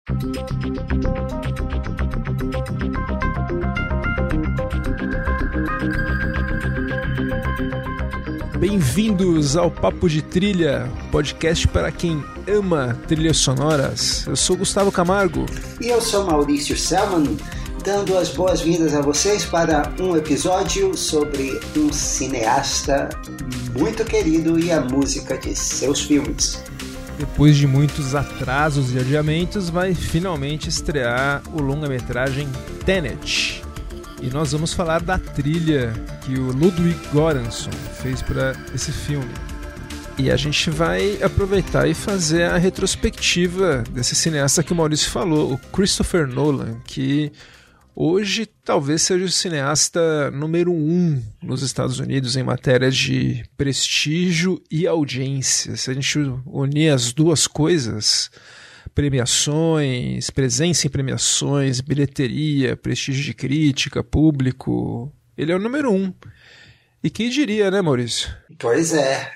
Bem-vindos ao Papo de Trilha, podcast para quem ama trilhas sonoras. Eu sou Gustavo Camargo. E eu sou Maurício Selman, dando as boas-vindas a vocês para um episódio sobre um cineasta muito querido e a música de seus filmes. Depois de muitos atrasos e adiamentos, vai finalmente estrear o longa-metragem Tenet. E nós vamos falar da trilha que o Ludwig Göransson fez para esse filme. E a gente vai aproveitar e fazer a retrospectiva desse cineasta que o Maurício falou, o Christopher Nolan, que hoje talvez seja o cineasta número 1 nos Estados Unidos em matéria de prestígio e audiência. Se a gente unir as duas coisas, premiações, presença em premiações, bilheteria, prestígio de crítica, público, ele é o número 1. E quem diria, né, Maurício? Pois é,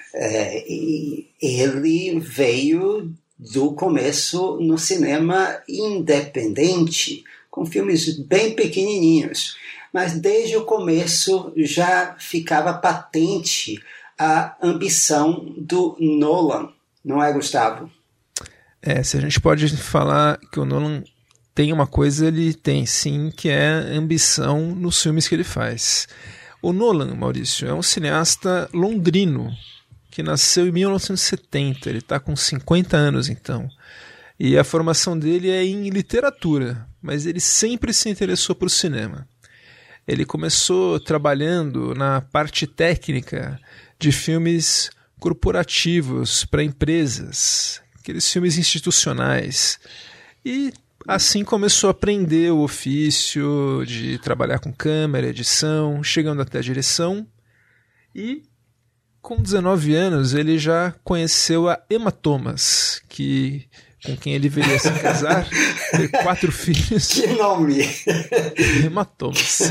ele veio do começo no cinema independente, com filmes bem pequenininhos, mas desde o começo já ficava patente a ambição do Nolan, não é, Gustavo? Se a gente pode falar que o Nolan tem uma coisa, ele tem sim, que é ambição nos filmes que ele faz. O Nolan, Maurício, é um cineasta londrino, que nasceu em 1970, ele está com 50 anos então. E a formação dele é em literatura, mas ele sempre se interessou por cinema. Ele começou trabalhando na parte técnica de filmes corporativos para empresas, aqueles filmes institucionais. E assim começou a aprender o ofício de trabalhar com câmera, edição, chegando até a direção. E com 19 anos ele já conheceu a Emma Thomas, com quem ele viria a se casar, ter 4 filhos. Que nome! Emma Thomas.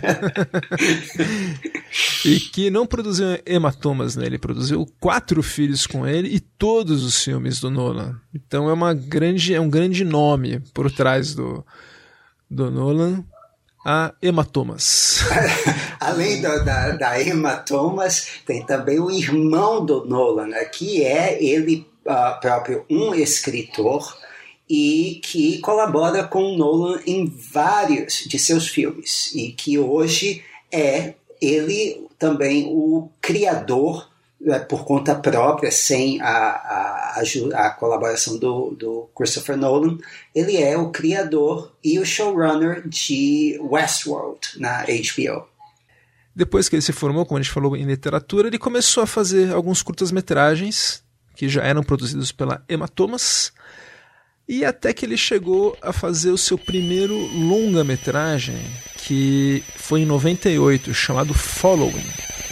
E que não produziu Emma Thomas, né? Ele produziu 4 filhos com ele e todos os filmes do Nolan. Então é um grande nome por trás do Nolan, a Emma Thomas. Além da Emma Thomas, tem também o irmão do Nolan, né? Que é ele próprio um escritor e que colabora com o Nolan em vários de seus filmes e que hoje é ele também o criador por conta própria, sem a colaboração do Christopher Nolan. Ele é o criador e o showrunner de Westworld na HBO. Depois que ele se formou, como a gente falou, em literatura, ele começou a fazer alguns curtas-metragens que já eram produzidos pela Emma Thomas, e até que ele chegou a fazer o seu primeiro longa-metragem, que foi em 98, chamado Following.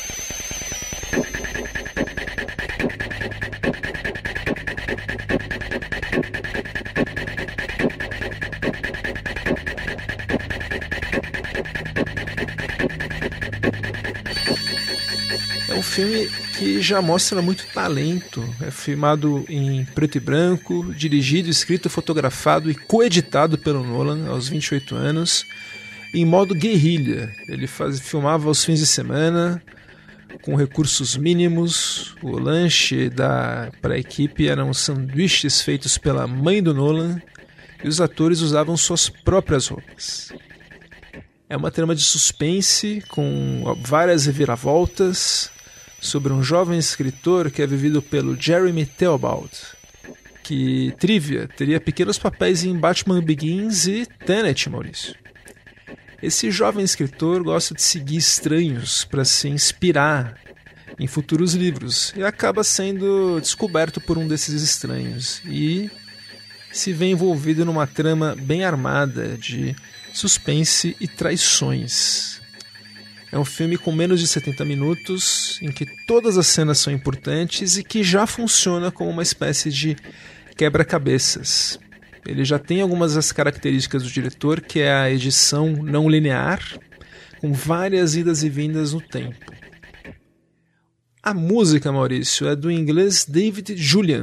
É um filme que já mostra muito talento. É filmado em preto e branco, dirigido, escrito, fotografado e coeditado pelo Nolan aos 28 anos, em modo guerrilha. Ele filmava aos fins de semana, com recursos mínimos. O lanche para a equipe eram sanduíches feitos pela mãe do Nolan, e os atores usavam suas próprias roupas. É uma trama de suspense, com várias reviravoltas, sobre um jovem escritor que é vivido pelo Jeremy Theobald, que, trivia, teria pequenos papéis em Batman Begins e Tenet, Maurício. Esse jovem escritor gosta de seguir estranhos para se inspirar em futuros livros e acaba sendo descoberto por um desses estranhos e se vê envolvido numa trama bem armada de suspense e traições. É um filme com menos de 70 minutos, em que todas as cenas são importantes e que já funciona como uma espécie de quebra-cabeças. Ele já tem algumas das características do diretor, que é a edição não linear, com várias idas e vindas no tempo. A música, Maurício, é do inglês David Julian,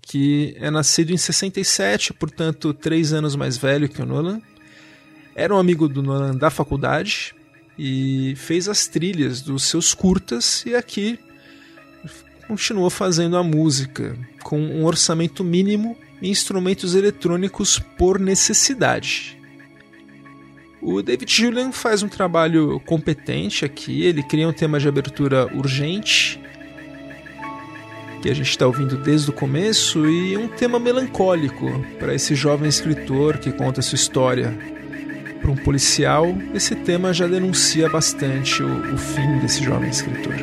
que é nascido em 67, portanto 3 anos mais velho que o Nolan. Era um amigo do Nolan da faculdade e fez as trilhas dos seus curtas e aqui continuou fazendo a música com um orçamento mínimo e instrumentos eletrônicos por necessidade. O David Julyan faz um trabalho competente aqui, ele cria um tema de abertura urgente, que a gente está ouvindo desde o começo, e um tema melancólico para esse jovem escritor que conta sua história. Para um policial, esse tema já denuncia bastante o fim desse jovem escritor.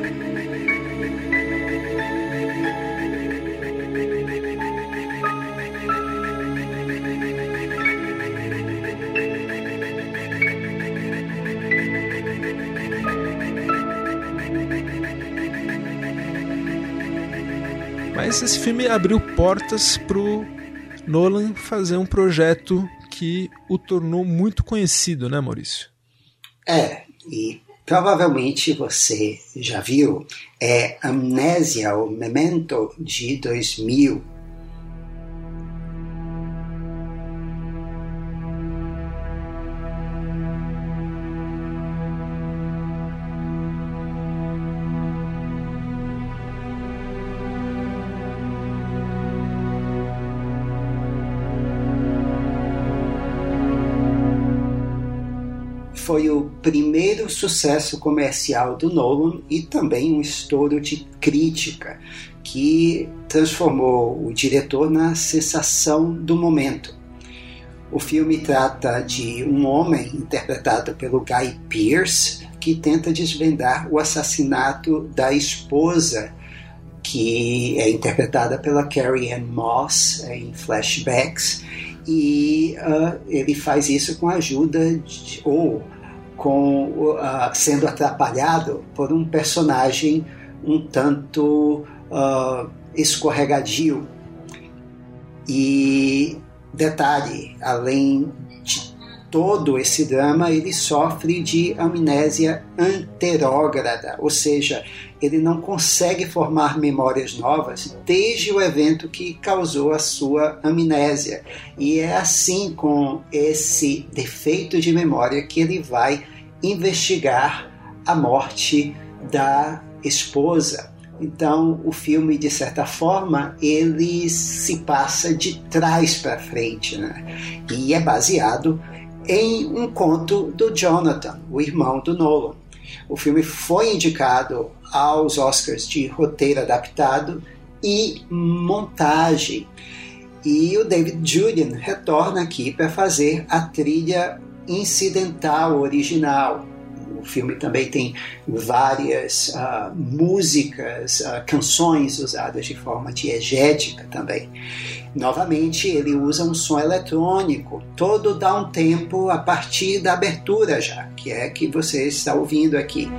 Mas esse filme abriu portas para o Nolan fazer um projeto que o tornou muito conhecido, né, Maurício? E provavelmente você já viu, Amnésia, o Memento de 2000. Foi o primeiro sucesso comercial do Nolan e também um estouro de crítica que transformou o diretor na sensação do momento. O filme trata de um homem interpretado pelo Guy Pearce que tenta desvendar o assassinato da esposa, que é interpretada pela Carrie-Anne Moss em flashbacks, e ele faz isso com a ajuda sendo atrapalhado por um personagem um tanto escorregadio. E detalhe, além de todo esse drama, ele sofre de amnésia anterógrada, ou seja, ele não consegue formar memórias novas desde o evento que causou a sua amnésia. E é assim, com esse defeito de memória, que ele vai investigar a morte da esposa. Então, o filme, de certa forma, ele se passa de trás para frente, né? E é baseado em um conto do Jonathan, o irmão do Nolan. O filme foi indicado aos Oscars de roteiro adaptado e montagem. E o David Julyan retorna aqui para fazer a trilha incidental original. O filme também tem várias músicas, canções usadas de forma diegética também. Novamente, ele usa um som eletrônico, todo dá um tempo a partir da abertura já, que é que você está ouvindo aqui.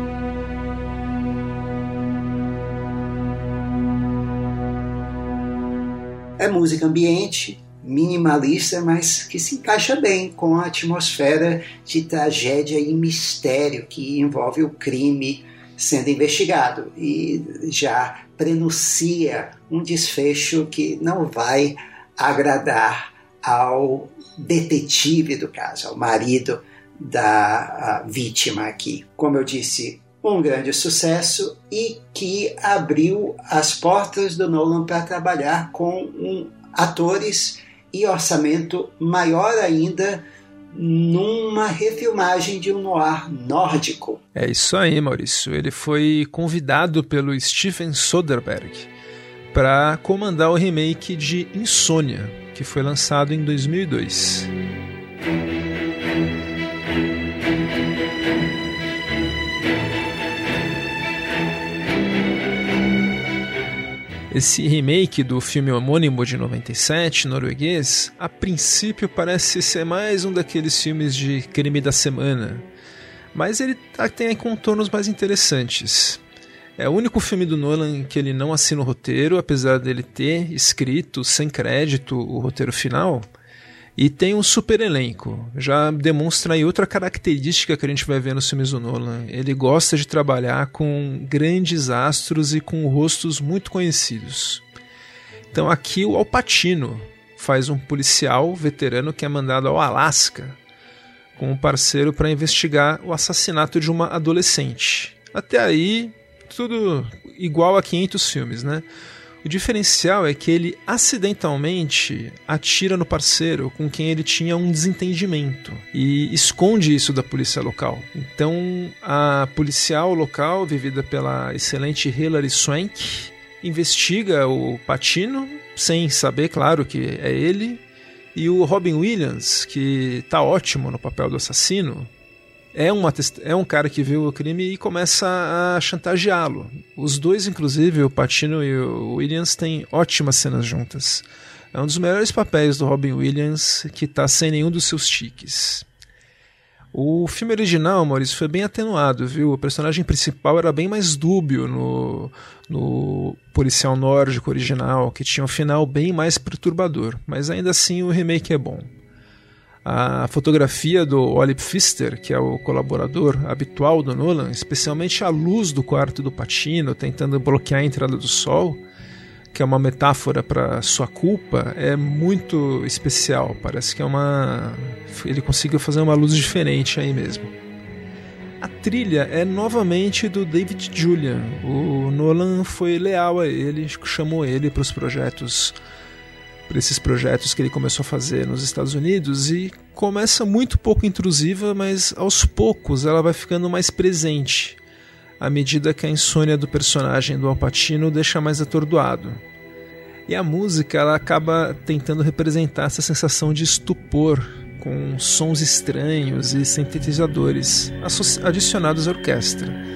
É música ambiente, minimalista, mas que se encaixa bem com a atmosfera de tragédia e mistério que envolve o crime sendo investigado e já prenuncia um desfecho que não vai agradar ao detetive do caso, ao marido da vítima aqui. Como eu disse, um grande sucesso e que abriu as portas do Nolan para trabalhar com atores e orçamento maior ainda numa refilmagem de um noir nórdico. É isso aí, Maurício. Ele foi convidado pelo Steven Soderbergh para comandar o remake de Insônia, que foi lançado em 2002. Esse remake do filme homônimo de 97, norueguês, a princípio parece ser mais um daqueles filmes de crime da semana, mas ele tem contornos mais interessantes. É o único filme do Nolan que ele não assina o roteiro, apesar dele ter escrito, sem crédito, o roteiro final, e tem um super elenco. Já demonstra aí outra característica que a gente vai ver nos filmes do Nolan. Ele gosta de trabalhar com grandes astros e com rostos muito conhecidos. Então aqui o Al Pacino faz um policial veterano que é mandado ao Alasca com um parceiro para investigar o assassinato de uma adolescente. Até aí, tudo igual a 500 filmes, né? O diferencial é que ele acidentalmente atira no parceiro com quem ele tinha um desentendimento e esconde isso da polícia local. Então, a policial local, vivida pela excelente Hilary Swank, investiga o Pacino, sem saber, claro, que é ele, e o Robin Williams, que tá ótimo no papel do assassino, é um cara que viu o crime e começa a chantageá-lo. Os dois, inclusive, o Pacino e o Williams, têm ótimas cenas juntas. É um dos melhores papéis do Robin Williams, que tá sem nenhum dos seus tiques. O filme original, Maurício, foi bem atenuado, viu? O personagem principal era bem mais dúbio no policial nórdico original, que tinha um final bem mais perturbador. Mas ainda assim o remake é bom. A fotografia do Oliver Pfister, que é o colaborador habitual do Nolan, especialmente a luz do quarto do Pacino, tentando bloquear a entrada do sol, que é uma metáfora para sua culpa, é muito especial. Parece que ele conseguiu fazer uma luz diferente aí mesmo. A trilha é novamente do David Julian. O Nolan foi leal a ele, chamou ele para esses projetos que ele começou a fazer nos Estados Unidos, e começa muito pouco intrusiva, mas aos poucos ela vai ficando mais presente, à medida que a insônia do personagem do Al Pacino deixa mais atordoado. E a música ela acaba tentando representar essa sensação de estupor, com sons estranhos e sintetizadores adicionados à orquestra.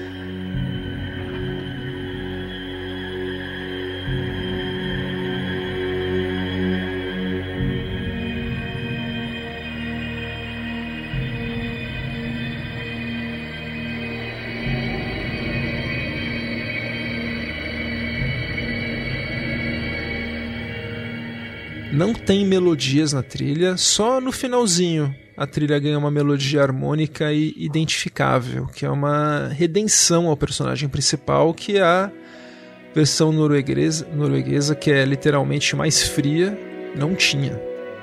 Não tem melodias na trilha, só no finalzinho a trilha ganha uma melodia harmônica e identificável, que é uma redenção ao personagem principal, que a versão norueguesa, que é literalmente mais fria, não tinha.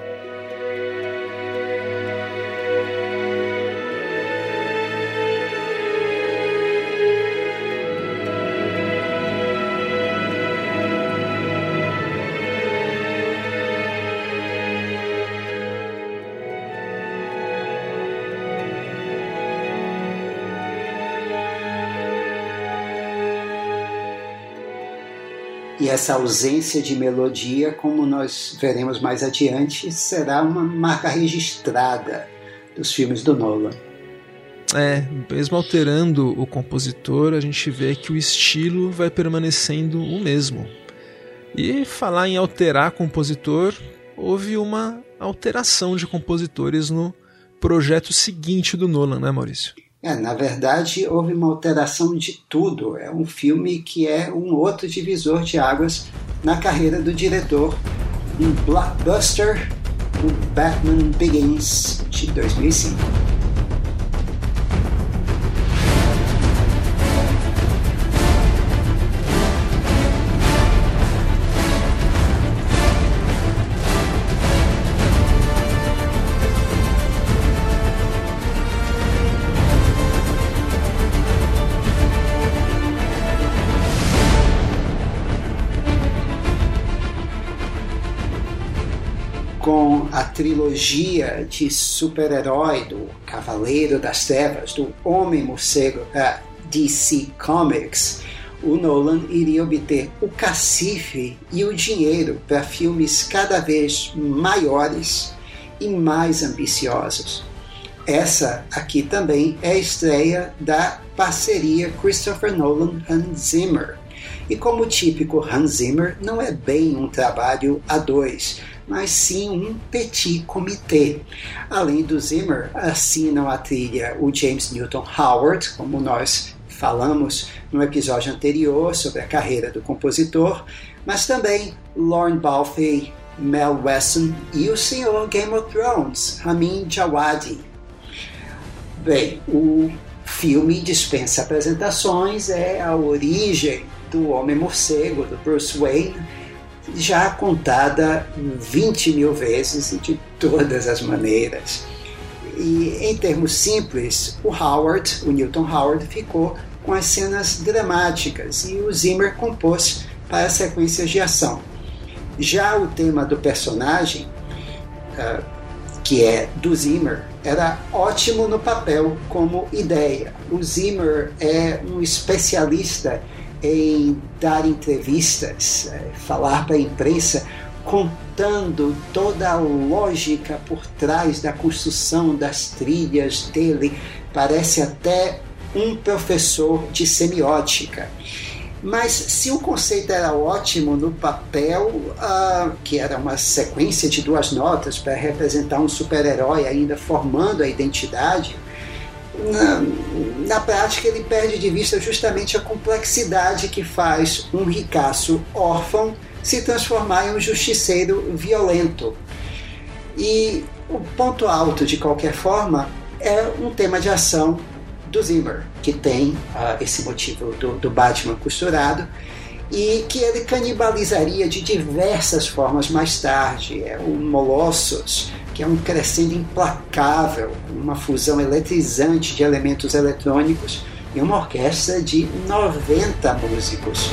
E essa ausência de melodia, como nós veremos mais adiante, será uma marca registrada dos filmes do Nolan. Mesmo alterando o compositor, a gente vê que o estilo vai permanecendo o mesmo. E falar em alterar compositor, houve uma alteração de compositores no projeto seguinte do Nolan, né, Maurício? Na verdade, houve uma alteração de tudo. É um filme que é um outro divisor de águas na carreira do diretor. Um blockbuster, o Batman Begins, de 2005. Com a trilogia de super-herói do Cavaleiro das Trevas, do Homem-Morcego da DC Comics, o Nolan iria obter o cacife e o dinheiro para filmes cada vez maiores e mais ambiciosos. Essa aqui também é a estreia da parceria Christopher Nolan-Hans Zimmer. E como típico Hans Zimmer, não é bem um trabalho a dois, mas sim um petit comité. Além do Zimmer, assinam a trilha o James Newton Howard, como nós falamos no episódio anterior sobre a carreira do compositor, mas também Lorne Balfe, Mel Weston e o senhor Game of Thrones, Ramin Djawadi. Bem, o filme dispensa apresentações, é a origem do Homem-Morcego, do Bruce Wayne, já contada 20 mil vezes e de todas as maneiras. E em termos simples, o Newton Howard, ficou com as cenas dramáticas e o Zimmer compôs para as sequências de ação. Já o tema do personagem, que é do Zimmer, era ótimo no papel como ideia. O Zimmer é um especialista em dar entrevistas, falar para a imprensa, contando toda a lógica por trás da construção das trilhas dele. Parece até um professor de semiótica. Mas se o conceito era ótimo no papel, que era uma sequência de 2 notas para representar um super-herói ainda formando a identidade, na prática ele perde de vista justamente a complexidade que faz um ricaço órfão se transformar em um justiceiro violento. E o ponto alto, de qualquer forma, é um tema de ação do Zimmer, que tem esse motivo do Batman costurado e que ele canibalizaria de diversas formas mais tarde. É o Molossos, que é um crescendo implacável, uma fusão eletrizante de elementos eletrônicos e uma orquestra de 90 músicos.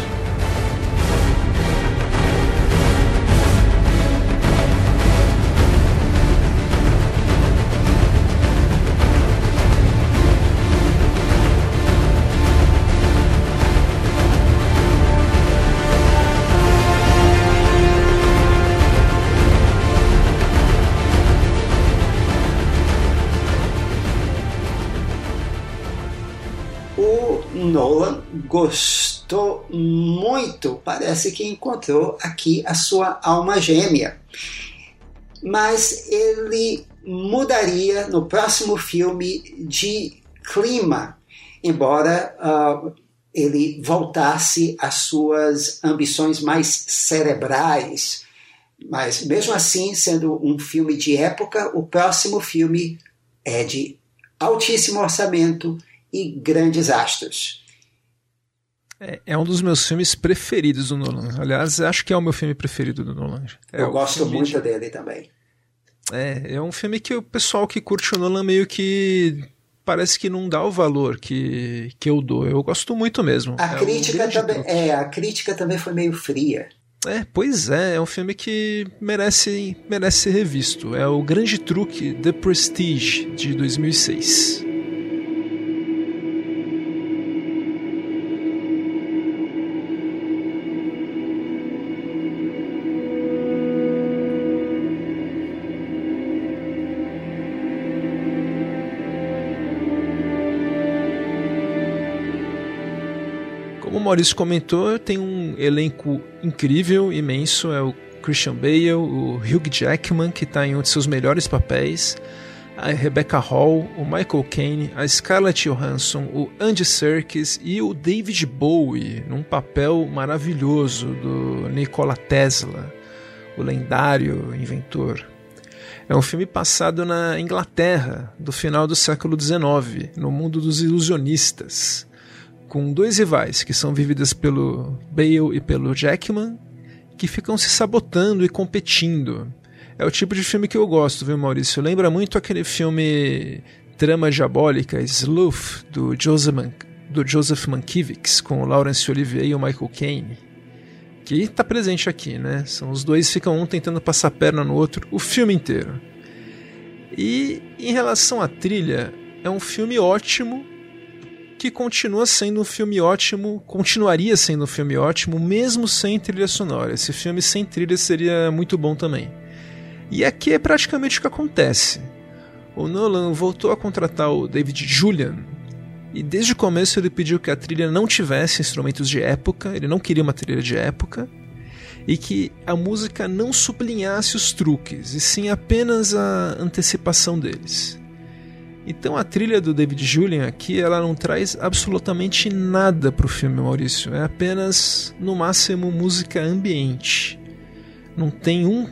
Nolan gostou muito, parece que encontrou aqui a sua alma gêmea. Mas ele mudaria no próximo filme de clima, embora ele voltasse às suas ambições mais cerebrais. Mas mesmo assim, sendo um filme de época, o próximo filme é de altíssimo orçamento e grandes astros. É um dos meus filmes preferidos do Nolan. Aliás, acho que é o meu filme preferido do Nolan. Eu gosto muito dele também. É um filme que o pessoal que curte o Nolan meio que parece que não dá o valor que eu dou. Eu gosto muito mesmo. A crítica também foi meio fria. Pois é um filme que merece ser revisto. É o Grande Truque, The Prestige, de 2006. Como o Maurício comentou, tem um elenco incrível, imenso. É o Christian Bale, o Hugh Jackman, que está em um de seus melhores papéis, a Rebecca Hall, o Michael Caine, a Scarlett Johansson, o Andy Serkis e o David Bowie, num papel maravilhoso do Nikola Tesla, o lendário inventor. É um filme passado na Inglaterra, do final do século XIX, no mundo dos ilusionistas, com 2 rivais, que são vividas pelo Bale e pelo Jackman, que ficam se sabotando e competindo. É o tipo de filme que eu gosto, viu, Maurício? Lembra muito aquele filme Trama Diabólica, Sleuth, do Joseph Mankiewicz, com o Laurence Olivier e o Michael Caine, que está presente aqui, né? São os dois, ficam um tentando passar a perna no outro o filme inteiro. E em relação à trilha, é um filme ótimo, que continuaria sendo um filme ótimo, mesmo sem trilha sonora. Esse filme sem trilha seria muito bom também. E aqui é praticamente o que acontece. O Nolan voltou a contratar o David Julian, e desde o começo ele pediu que a trilha não tivesse instrumentos de época, ele não queria uma trilha de época, e que a música não sublinhasse os truques, e sim apenas a antecipação deles. Então a trilha do David Julian aqui, ela não traz absolutamente nada para o filme, Maurício. É apenas, no máximo, música ambiente. Não tem um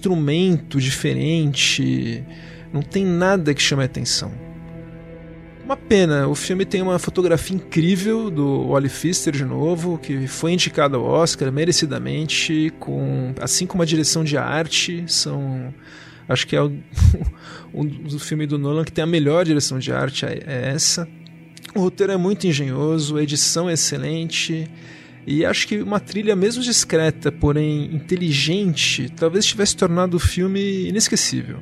instrumento diferente, não tem nada que chame a atenção. uma pena. O filme tem uma fotografia incrível do Wally Pfister de novo, que foi indicado ao Oscar merecidamente, assim como a direção de arte. Acho que é um do filme do Nolan que tem a melhor direção de arte, é essa. O roteiro é muito engenhoso, a edição é excelente, e acho que uma trilha mesmo discreta, porém inteligente, talvez tivesse tornado o filme inesquecível.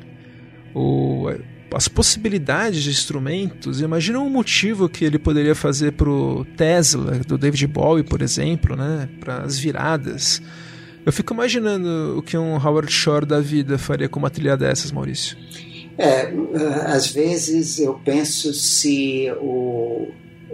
As possibilidades de instrumentos, imagina um motivo que ele poderia fazer pro Tesla, do David Bowie, por exemplo, né, para as viradas. Eu fico imaginando o que um Howard Shore da vida faria com uma trilha dessas, Maurício. Às vezes eu penso se o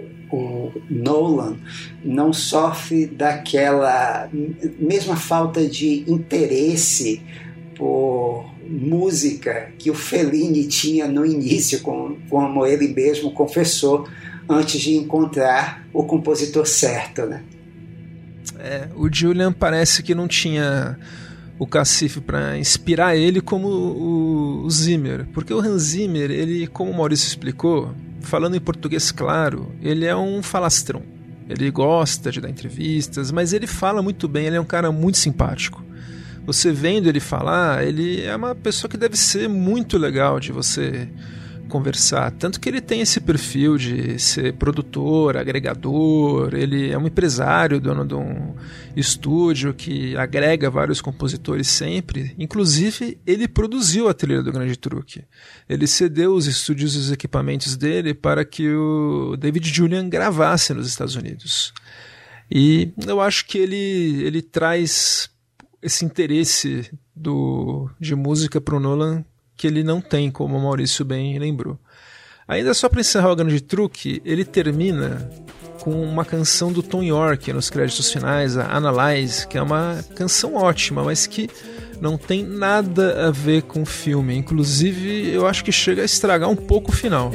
Nolan não sofre daquela mesma falta de interesse por música que o Fellini tinha no início, como ele mesmo confessou, antes de encontrar o compositor certo, né? O Julian parece que não tinha o cacife para inspirar ele como o Zimmer, porque o Hans Zimmer, ele, como o Maurício explicou, falando em português claro, ele é um falastrão. Ele gosta de dar entrevistas, mas ele fala muito bem, ele é um cara muito simpático. Você vendo ele falar, ele é uma pessoa que deve ser muito legal de você conversar, tanto que ele tem esse perfil de ser produtor, agregador, ele é um empresário, dono de um estúdio que agrega vários compositores sempre, inclusive ele produziu a trilha do Grande Truque, ele cedeu os estúdios e os equipamentos dele para que o David Julian gravasse nos Estados Unidos, e eu acho que ele traz esse interesse de música para o Nolan que ele não tem, como o Maurício bem lembrou. Ainda só para encerrar o Grande Truque, ele termina com uma canção do Tom York nos créditos finais, a Analyze, que é uma canção ótima, mas que não tem nada a ver com o filme. Inclusive, eu acho que chega a estragar um pouco o final.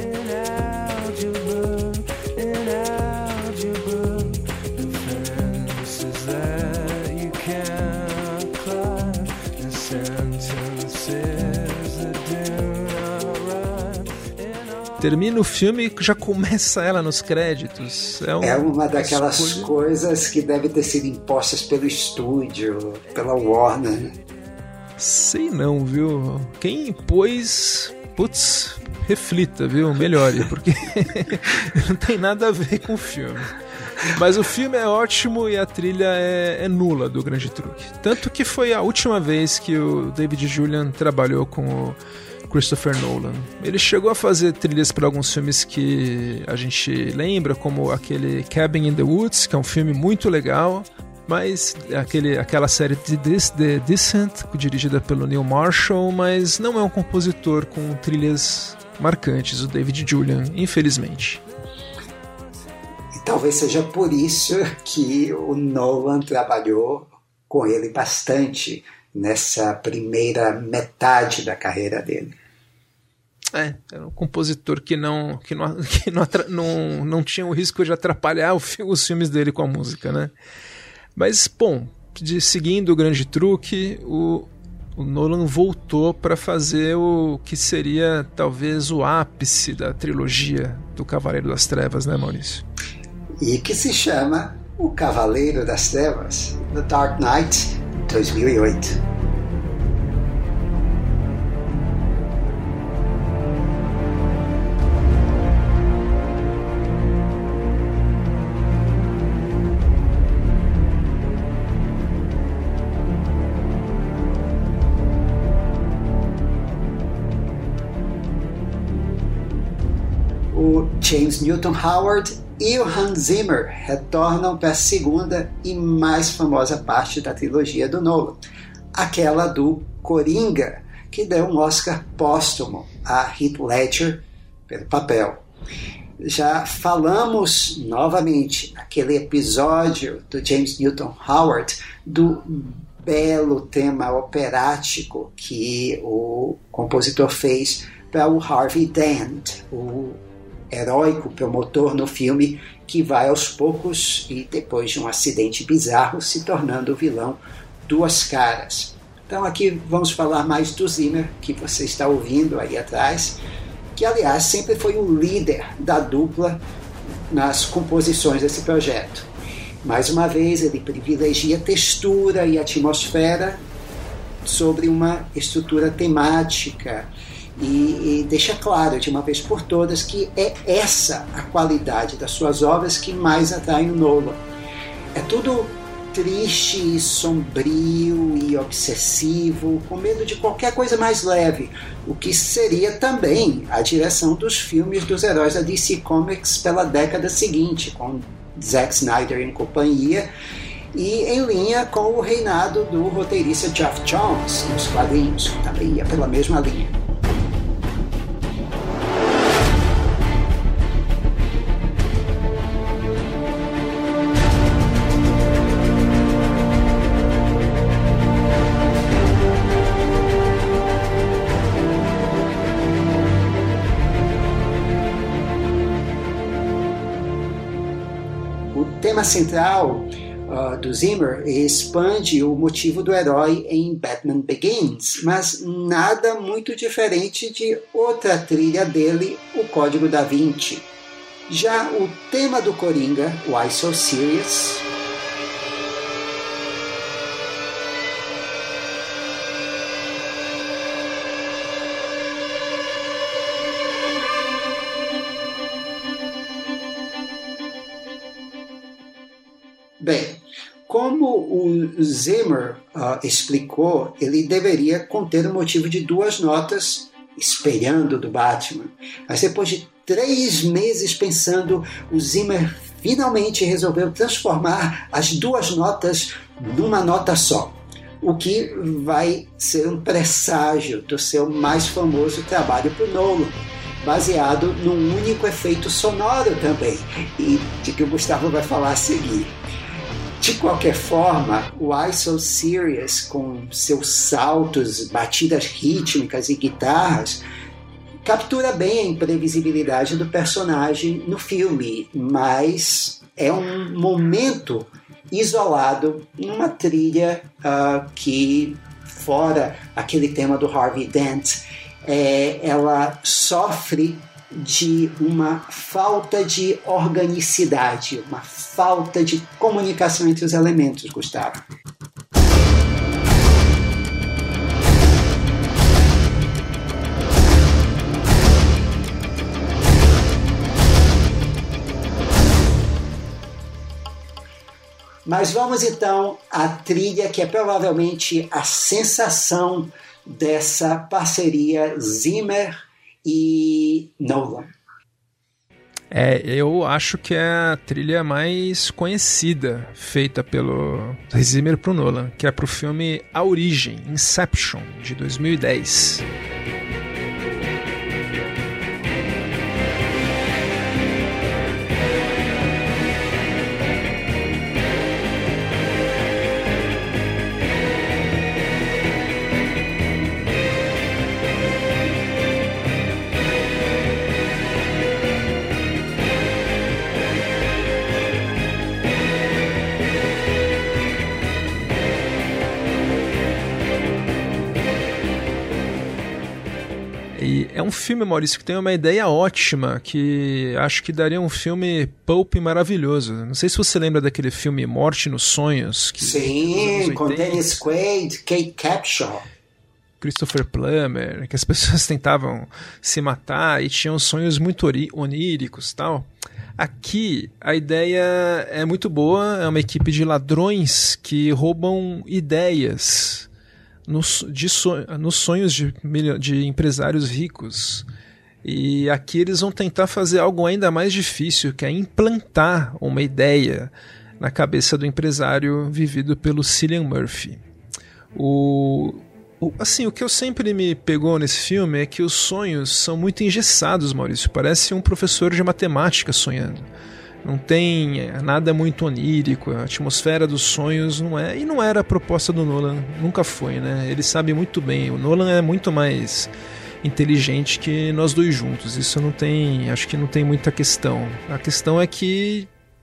Termina o filme e já começa ela nos créditos. É uma daquelas coisas que deve ter sido impostas pelo estúdio, pela Warner. Sei não, viu? Quem impôs, reflita, viu? Melhore, porque não tem nada a ver com o filme. Mas o filme é ótimo e a trilha é nula do Grande Truque. Tanto que foi a última vez que o David Julian trabalhou com o Christopher Nolan. Ele chegou a fazer trilhas para alguns filmes que a gente lembra, como aquele Cabin in the Woods, que é um filme muito legal, mas aquela série The Descent, dirigida pelo Neil Marshall, mas não é um compositor com trilhas marcantes, o David Julian, infelizmente. E talvez seja por isso que o Nolan trabalhou com ele bastante nessa primeira metade da carreira dele. Era um compositor que não tinha o risco de atrapalhar os filmes dele com a música, né? Mas, bom, seguindo o Grande Truque, o Nolan voltou para fazer o que seria talvez o ápice da trilogia do Cavaleiro das Trevas, né, Maurício? E que se chama O Cavaleiro das Trevas, The Dark Knight, 2008. O James Newton Howard e o Hans Zimmer retornam para a segunda e mais famosa parte da trilogia do Nolan, aquela do Coringa, que deu um Oscar póstumo a Heath Ledger pelo papel. Já falamos novamente naquele episódio do James Newton Howard do belo tema operático que o compositor fez para o Harvey Dent, o heróico promotor no filme que vai aos poucos e depois de um acidente bizarro se tornando o vilão Duas Caras. Então aqui vamos falar mais do Zimmer, que você está ouvindo aí atrás, que aliás sempre foi o líder da dupla nas composições desse projeto. Mais uma vez, ele privilegia textura e atmosfera sobre uma estrutura temática e deixa claro de uma vez por todas que é essa a qualidade das suas obras que mais atrai o Nolan. É tudo triste, sombrio e obsessivo, com medo de qualquer coisa mais leve, o que seria também a direção dos filmes dos heróis da DC Comics pela década seguinte, com Zack Snyder em companhia, e em linha com o reinado do roteirista Geoff Johns nos quadrinhos, que também ia pela mesma linha. O tema central do Zimmer expande o motivo do herói em Batman Begins, mas nada muito diferente de outra trilha dele, o Código da Vinci. Já o tema do Coringa, Why So Serious? Bem, como o Zimmer explicou, ele deveria conter o motivo de 2 notas espelhando do Batman. Mas depois de 3 meses pensando, o Zimmer finalmente resolveu transformar as 2 notas numa nota só, o que vai ser um presságio do seu mais famoso trabalho para o Nolan, baseado num único efeito sonoro também, e de que o Gustavo vai falar a seguir. De qualquer forma, o Why So Serious, com seus saltos, batidas rítmicas e guitarras, captura bem a imprevisibilidade do personagem no filme, mas é um momento isolado numa trilha que, fora aquele tema do Harvey Dent, ela sofre de uma falta de organicidade, uma falta de comunicação entre os elementos, Gustavo. Mas vamos então à trilha que é provavelmente a sensação dessa parceria Zimmer e Nolan. Eu acho que é a trilha mais conhecida feita pelo Zimmer pro Nolan, que é pro filme A Origem, Inception, de 2010. E é um filme, Maurício, que tem uma ideia ótima, que acho que daria um filme pulp maravilhoso. Não sei se você lembra daquele filme Morte nos Sonhos. Sim, com Dennis Quaid, Kate Capshaw, Christopher Plummer, que as pessoas tentavam se matar e tinham sonhos muito oníricos e tal. Aqui a ideia é muito boa, é uma equipe de ladrões que roubam ideias nos sonhos de empresários ricos. E aqui eles vão tentar fazer algo ainda mais difícil, que é implantar uma ideia na cabeça do empresário vivido pelo Cillian Murphy. O que eu sempre me pegou nesse filme é que os sonhos são muito engessados, Maurício. Parece um professor de matemática sonhando. Não tem nada muito onírico, a atmosfera dos sonhos não é. E não era a proposta do Nolan, nunca foi, né? Ele sabe muito bem. O Nolan é muito mais inteligente que nós dois juntos. Isso não tem. Acho que não tem muita questão. A questão é que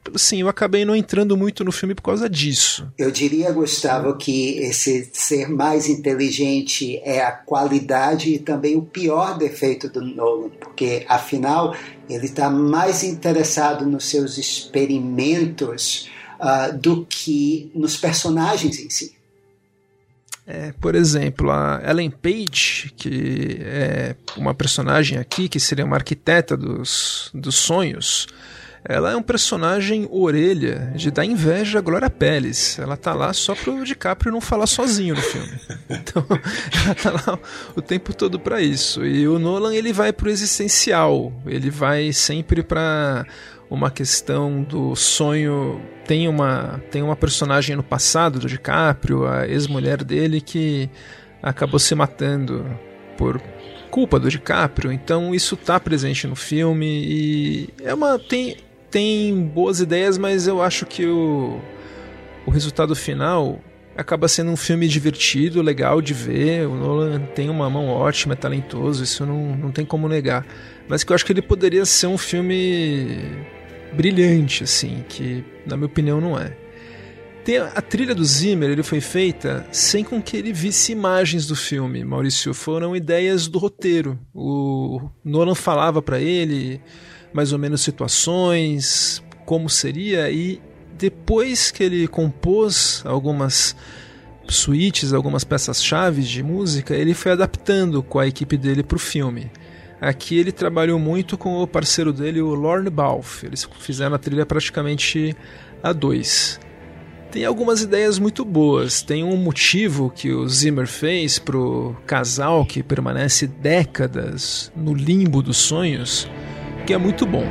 assim, eu acabei não entrando muito no filme por causa disso. Eu diria, Gustavo, que esse ser mais inteligente é a qualidade e também o pior defeito do Nolan, porque, afinal, ele está mais interessado nos seus experimentos do que nos personagens em si. Por exemplo, a Ellen Page, que é uma personagem aqui, que seria uma arquiteta dos sonhos, ela é um personagem orelha de dar inveja a Glória Pérez. Ela tá lá só pro DiCaprio não falar sozinho no filme. Então, ela tá lá o tempo todo para isso. E o Nolan, ele vai pro existencial. Ele vai sempre para uma questão do sonho. Tem uma personagem no passado do DiCaprio, a ex-mulher dele, que acabou se matando por culpa do DiCaprio. Então isso tá presente no filme e tem boas ideias, mas eu acho que o resultado final acaba sendo um filme divertido, legal de ver. O Nolan tem uma mão ótima, é talentoso, isso não tem como negar. Mas que eu acho que ele poderia ser um filme brilhante, assim, que na minha opinião não é. A trilha do Zimmer, ele foi feita sem com que ele visse imagens do filme, Maurício. Foram ideias do roteiro. O Nolan falava para ele mais ou menos situações, como seria, e depois que ele compôs algumas suítes, algumas peças-chave de música, ele foi adaptando com a equipe dele para o filme. Aqui ele trabalhou muito com o parceiro dele, o Lorne Balfe. Eles fizeram a trilha praticamente a dois. Tem algumas ideias muito boas. Tem um motivo que o Zimmer fez pro casal que permanece décadas no limbo dos sonhos, que é muito bom.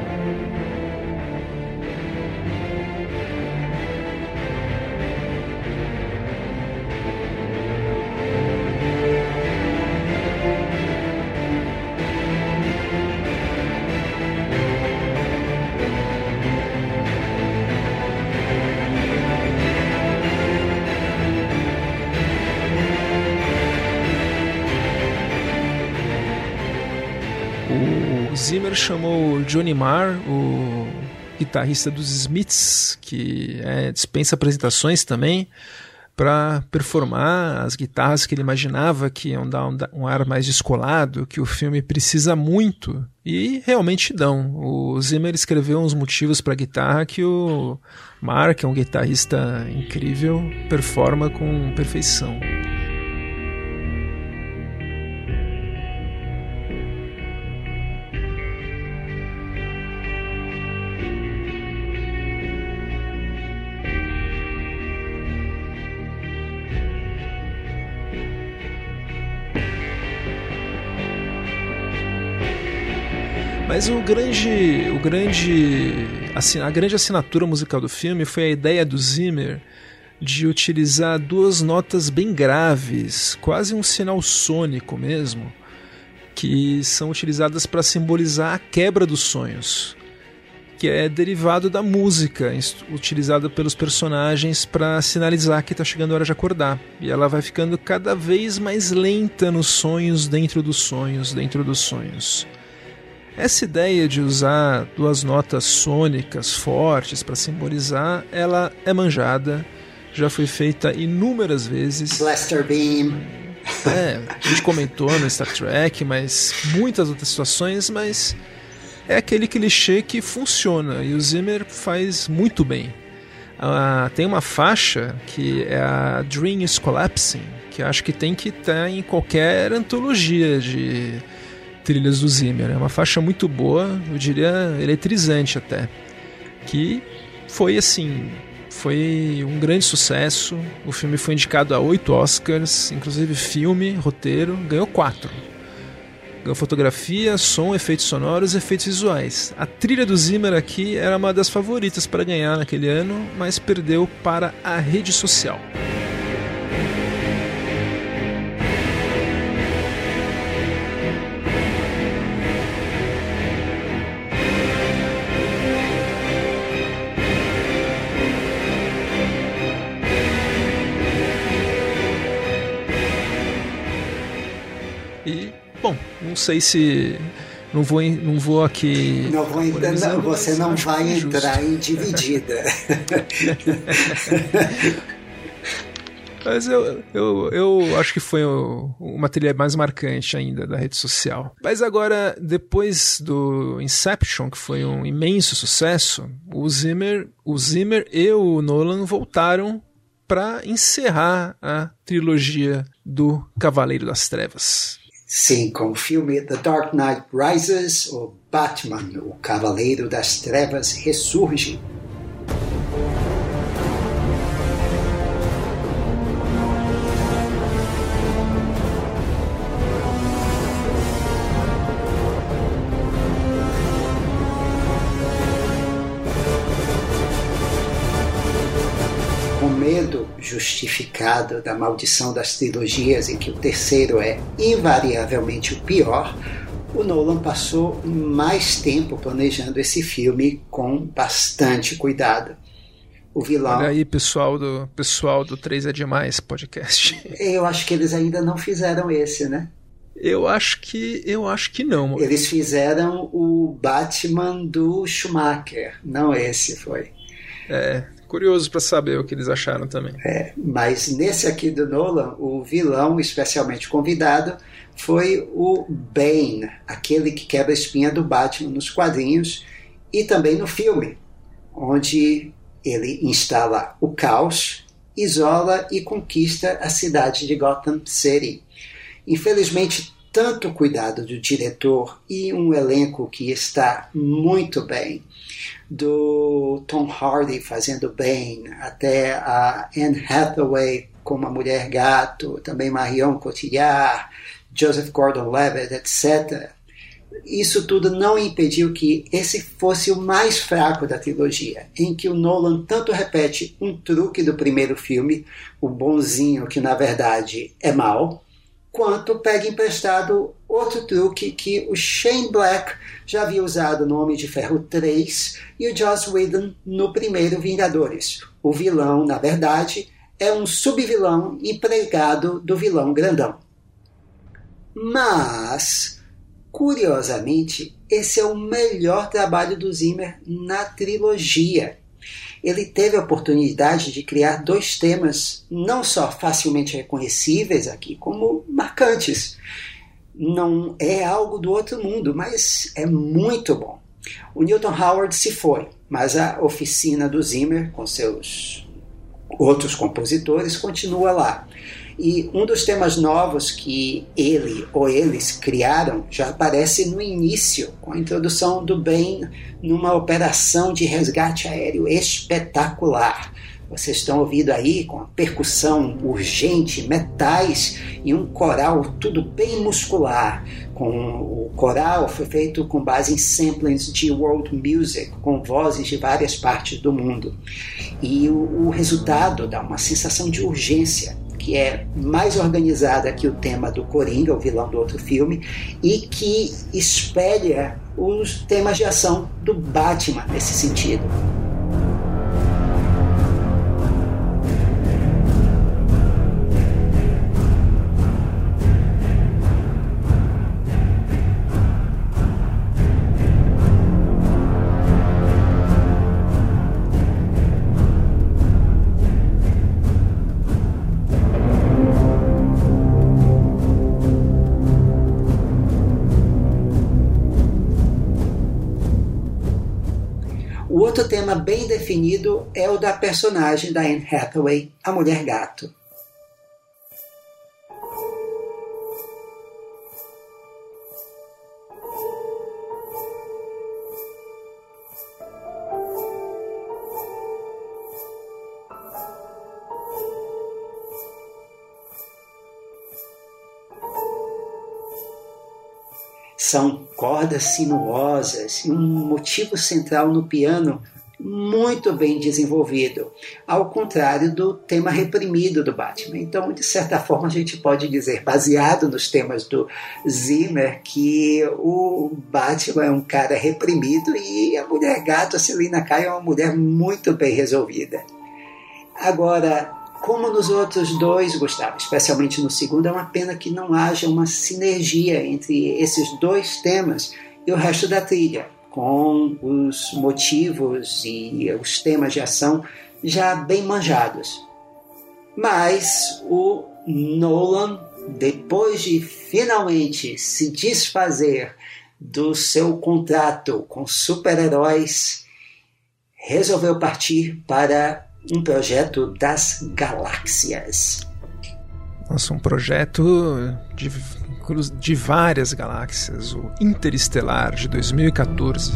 Zimmer chamou Johnny Marr, o guitarrista dos Smiths, que dispensa apresentações também, para performar as guitarras que ele imaginava que iam dar um ar mais descolado, que o filme precisa muito, e realmente dão. O Zimmer escreveu uns motivos para a guitarra que o Marr, que é um guitarrista incrível, performa com perfeição. Mas a grande assinatura musical do filme foi a ideia do Zimmer de utilizar duas notas bem graves, quase um sinal sônico mesmo, que são utilizadas para simbolizar a quebra dos sonhos, que é derivado da música utilizada pelos personagens para sinalizar que está chegando a hora de acordar. E ela vai ficando cada vez mais lenta nos sonhos, dentro dos sonhos, dentro dos sonhos. Essa ideia de usar duas notas sônicas fortes para simbolizar, ela é manjada, já foi feita inúmeras vezes. Blaster Beam. A gente comentou no Star Trek, mas muitas outras situações, mas é aquele clichê que funciona e o Zimmer faz muito bem. Tem uma faixa que é a Dream is Collapsing, que acho que tem que estar em qualquer antologia de trilhas do Zimmer. É uma faixa muito boa, eu diria eletrizante até, que foi um grande sucesso. O filme foi indicado a 8 Oscars, inclusive filme, roteiro, ganhou 4. Ganhou fotografia, som, efeitos sonoros e efeitos visuais. A trilha do Zimmer aqui era uma das favoritas para ganhar naquele ano, mas perdeu para A Rede Social. Bom, não sei se não vou aqui... Você não vai entrar em dividida. Mas eu acho que foi uma trilha mais marcante ainda da rede social. Mas agora, depois do Inception, que foi um imenso sucesso, o Zimmer e o Nolan voltaram para encerrar a trilogia do Cavaleiro das Trevas. Sim, com o filme The Dark Knight Rises, o Batman, o Cavaleiro das Trevas, ressurge. Medo justificado da maldição das trilogias, em que o terceiro é invariavelmente o pior, o Nolan passou mais tempo planejando esse filme com bastante cuidado. O vilão... Olha aí, pessoal do 3 é Demais podcast. Eu acho que eles ainda não fizeram esse, né? Eu acho que não. Mano. Eles fizeram o Batman do Schumacher, não esse foi. Curioso para saber o que eles acharam também. Mas nesse aqui do Nolan, o vilão especialmente convidado foi o Bane, aquele que quebra a espinha do Batman nos quadrinhos e também no filme, onde ele instala o caos, isola e conquista a cidade de Gotham City. Infelizmente, tanto cuidado do diretor e um elenco que está muito bem, do Tom Hardy fazendo Bane, até a Anne Hathaway como a Mulher Gato, também Marion Cotillard, Joseph Gordon-Levitt, etc. Isso tudo não impediu que esse fosse o mais fraco da trilogia, em que o Nolan tanto repete um truque do primeiro filme, o bonzinho que na verdade é mau, quanto pega emprestado outro truque que o Shane Black já havia usado no Homem de Ferro 3 e o Joss Whedon no primeiro Vingadores. O vilão, na verdade, é um subvilão empregado do vilão grandão. Mas, curiosamente, esse é o melhor trabalho do Zimmer na trilogia. Ele teve a oportunidade de criar 2 temas não só facilmente reconhecíveis aqui, como marcantes. Não é algo do outro mundo, mas é muito bom. O Newton Howard se foi, mas a oficina do Zimmer, com seus outros compositores, continua lá. E um dos temas novos que ele ou eles criaram já aparece no início, com a introdução do Bane numa operação de resgate aéreo espetacular. Vocês estão ouvindo aí com a percussão urgente, metais e um coral tudo bem muscular. O coral foi feito com base em samplings de world music, com vozes de várias partes do mundo. E o resultado dá uma sensação de urgência, que é mais organizada que o tema do Coringa, o vilão do outro filme, e que espelha os temas de ação do Batman nesse sentido. O outro tema bem definido é o da personagem da Anne Hathaway, a Mulher Gato. São cordas sinuosas e um motivo central no piano muito bem desenvolvido, ao contrário do tema reprimido do Batman. Então, de certa forma, a gente pode dizer, baseado nos temas do Zimmer, que o Batman é um cara reprimido e a Mulher Gato, a Selina Kyle, é uma mulher muito bem resolvida. Agora, como nos outros 2, Gustavo, especialmente no segundo, é uma pena que não haja uma sinergia entre esses 2 temas e o resto da trilha, com os motivos e os temas de ação já bem manjados. Mas o Nolan, depois de finalmente se desfazer do seu contrato com super-heróis, resolveu partir para um projeto das galáxias. Nossa, um projeto de várias galáxias, o Interestelar, de 2014.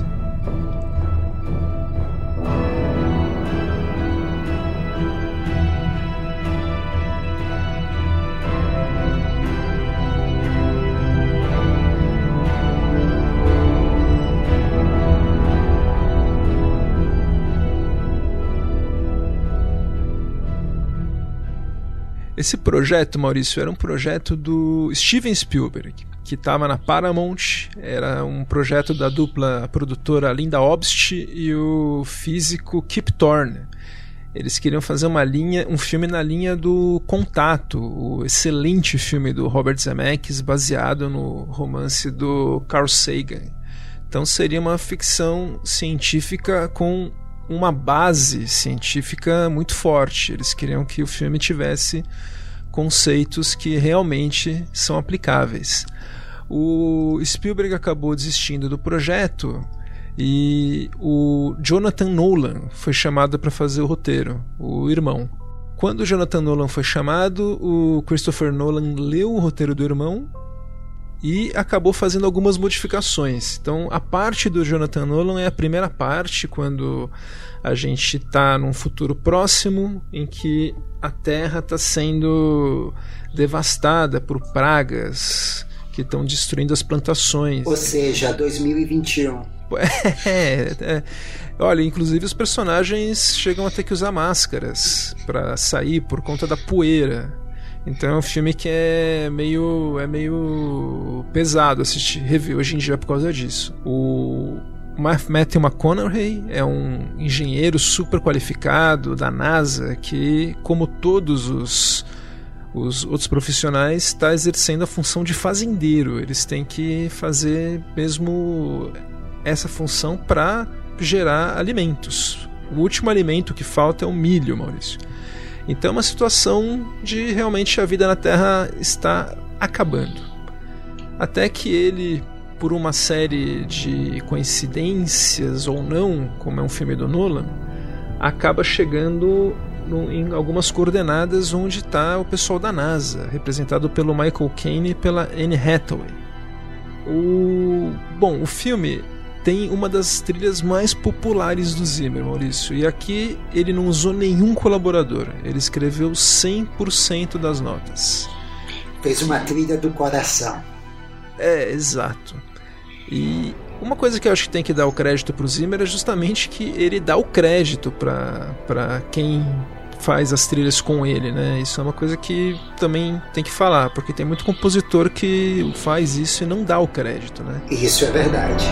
Esse projeto, Maurício, era um projeto do Steven Spielberg, que estava na Paramount. Era um projeto da dupla produtora Linda Obst e o físico Kip Thorne. Eles queriam fazer um filme na linha do Contato, o excelente filme do Robert Zemeckis, baseado no romance do Carl Sagan. Então seria uma ficção científica com uma base científica muito forte. Eles queriam que o filme tivesse conceitos que realmente são aplicáveis. O Spielberg acabou desistindo do projeto e o Jonathan Nolan foi chamado para fazer o roteiro, o irmão. Quando o Jonathan Nolan foi chamado, o Christopher Nolan leu o roteiro do irmão e acabou fazendo algumas modificações. Então, a parte do Jonathan Nolan é a primeira parte, quando a gente está num futuro próximo em que a Terra está sendo devastada por pragas que estão destruindo as plantações. Ou seja, 2021. Olha, inclusive os personagens chegam a ter que usar máscaras para sair por conta da poeira. Então é um filme que é meio pesado assistir, rever hoje em dia por causa disso. O Matthew McConaughey é um engenheiro super qualificado da NASA que, como todos os outros profissionais, está exercendo a função de fazendeiro. Eles têm que fazer mesmo essa função para gerar alimentos. O último alimento que falta é o milho, Maurício. Então é uma situação de realmente a vida na Terra está acabando. Até que ele, por uma série de coincidências ou não, como é um filme do Nolan, acaba chegando em algumas coordenadas onde está o pessoal da NASA, representado pelo Michael Caine e pela Anne Hathaway. O filme tem uma das trilhas mais populares do Zimmer, Maurício, e aqui ele não usou nenhum colaborador, ele escreveu 100% das notas. Fez uma trilha do coração. Exato. E uma coisa que eu acho que tem que dar o crédito pro Zimmer é justamente que ele dá o crédito para quem faz as trilhas com ele, né? Isso é uma coisa que também tem que falar, porque tem muito compositor que faz isso e não dá o crédito, né? Isso é verdade.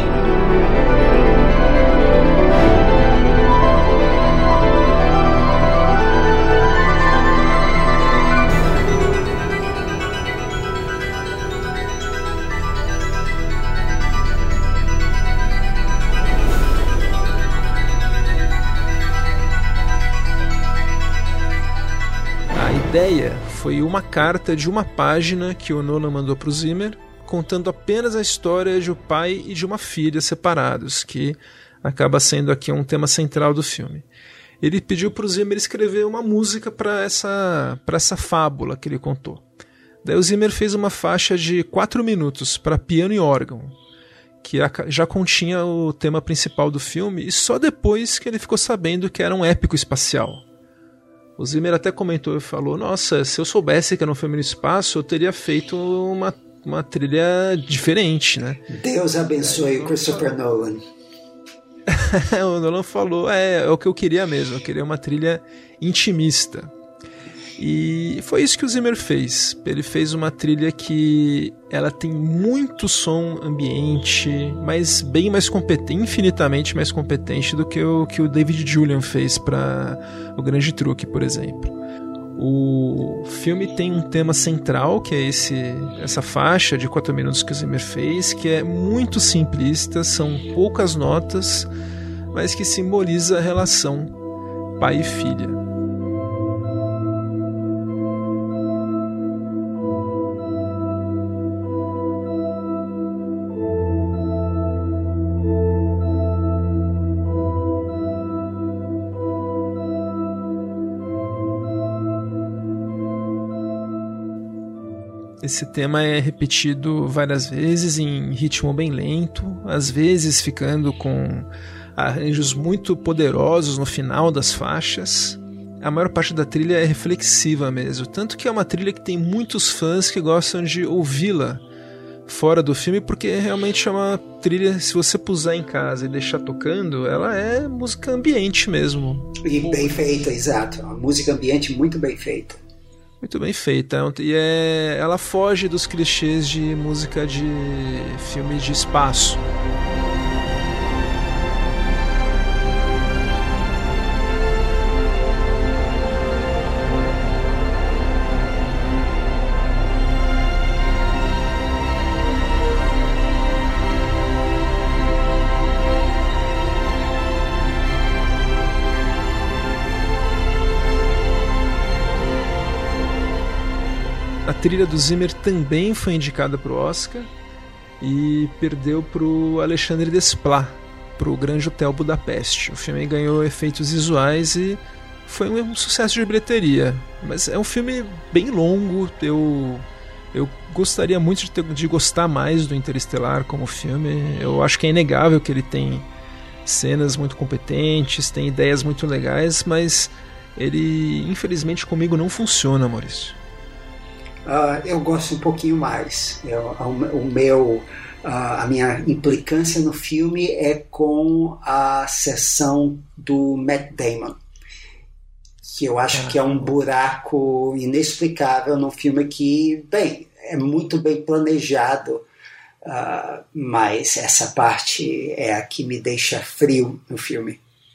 A ideia foi uma carta de uma página que o Nolan mandou para o Zimmer, contando apenas a história de um pai e de uma filha separados, que acaba sendo aqui um tema central do filme. Ele pediu para o Zimmer escrever uma música para essa fábula que ele contou. Daí o Zimmer fez uma faixa de 4 minutos para piano e órgão, que já continha o tema principal do filme, e só depois que ele ficou sabendo que era um épico espacial. O Zimmer até comentou e falou: nossa, se eu soubesse que era um filme no espaço, eu teria feito uma trilha diferente, né? Deus abençoe o Christopher Nolan. O Nolan falou, é o que eu queria mesmo, eu queria uma trilha intimista. E foi isso que o Zimmer fez. Ele fez uma trilha que ela tem muito som ambiente, mas bem mais competente, infinitamente mais competente do que o David Julyan fez para O Grande Truque, por exemplo. O filme tem um tema central, que é essa faixa de 4 minutos que o Zimmer fez, que é muito simplista, são poucas notas, mas que simboliza a relação pai e filha. Esse tema é repetido várias vezes em ritmo bem lento, às vezes ficando com arranjos muito poderosos no final das faixas. A maior parte da trilha é reflexiva mesmo, tanto que é uma trilha que tem muitos fãs que gostam de ouvi-la fora do filme, porque realmente é uma trilha, se você puser em casa e deixar tocando, ela é música ambiente mesmo. E bem feita, exato. Uma música ambiente muito bem feita. Muito bem feita. E ela foge dos clichês de música de filme de espaço. A trilha do Zimmer também foi indicada para o Oscar e perdeu para o Alexandre Desplat, para o Grande Hotel Budapeste. O filme ganhou efeitos visuais e foi um sucesso de bilheteria, mas é um filme bem longo. Eu gostaria muito de gostar mais do Interestelar como filme. Eu acho que é inegável que ele tem cenas muito competentes, tem ideias muito legais, mas ele infelizmente comigo não funciona, Maurício. Eu gosto um pouquinho mais. A minha implicância no filme é com a sessão do Matt Damon, que eu acho que é um buraco inexplicável no filme que, bem, é muito bem planejado, mas essa parte é a que me deixa frio no filme.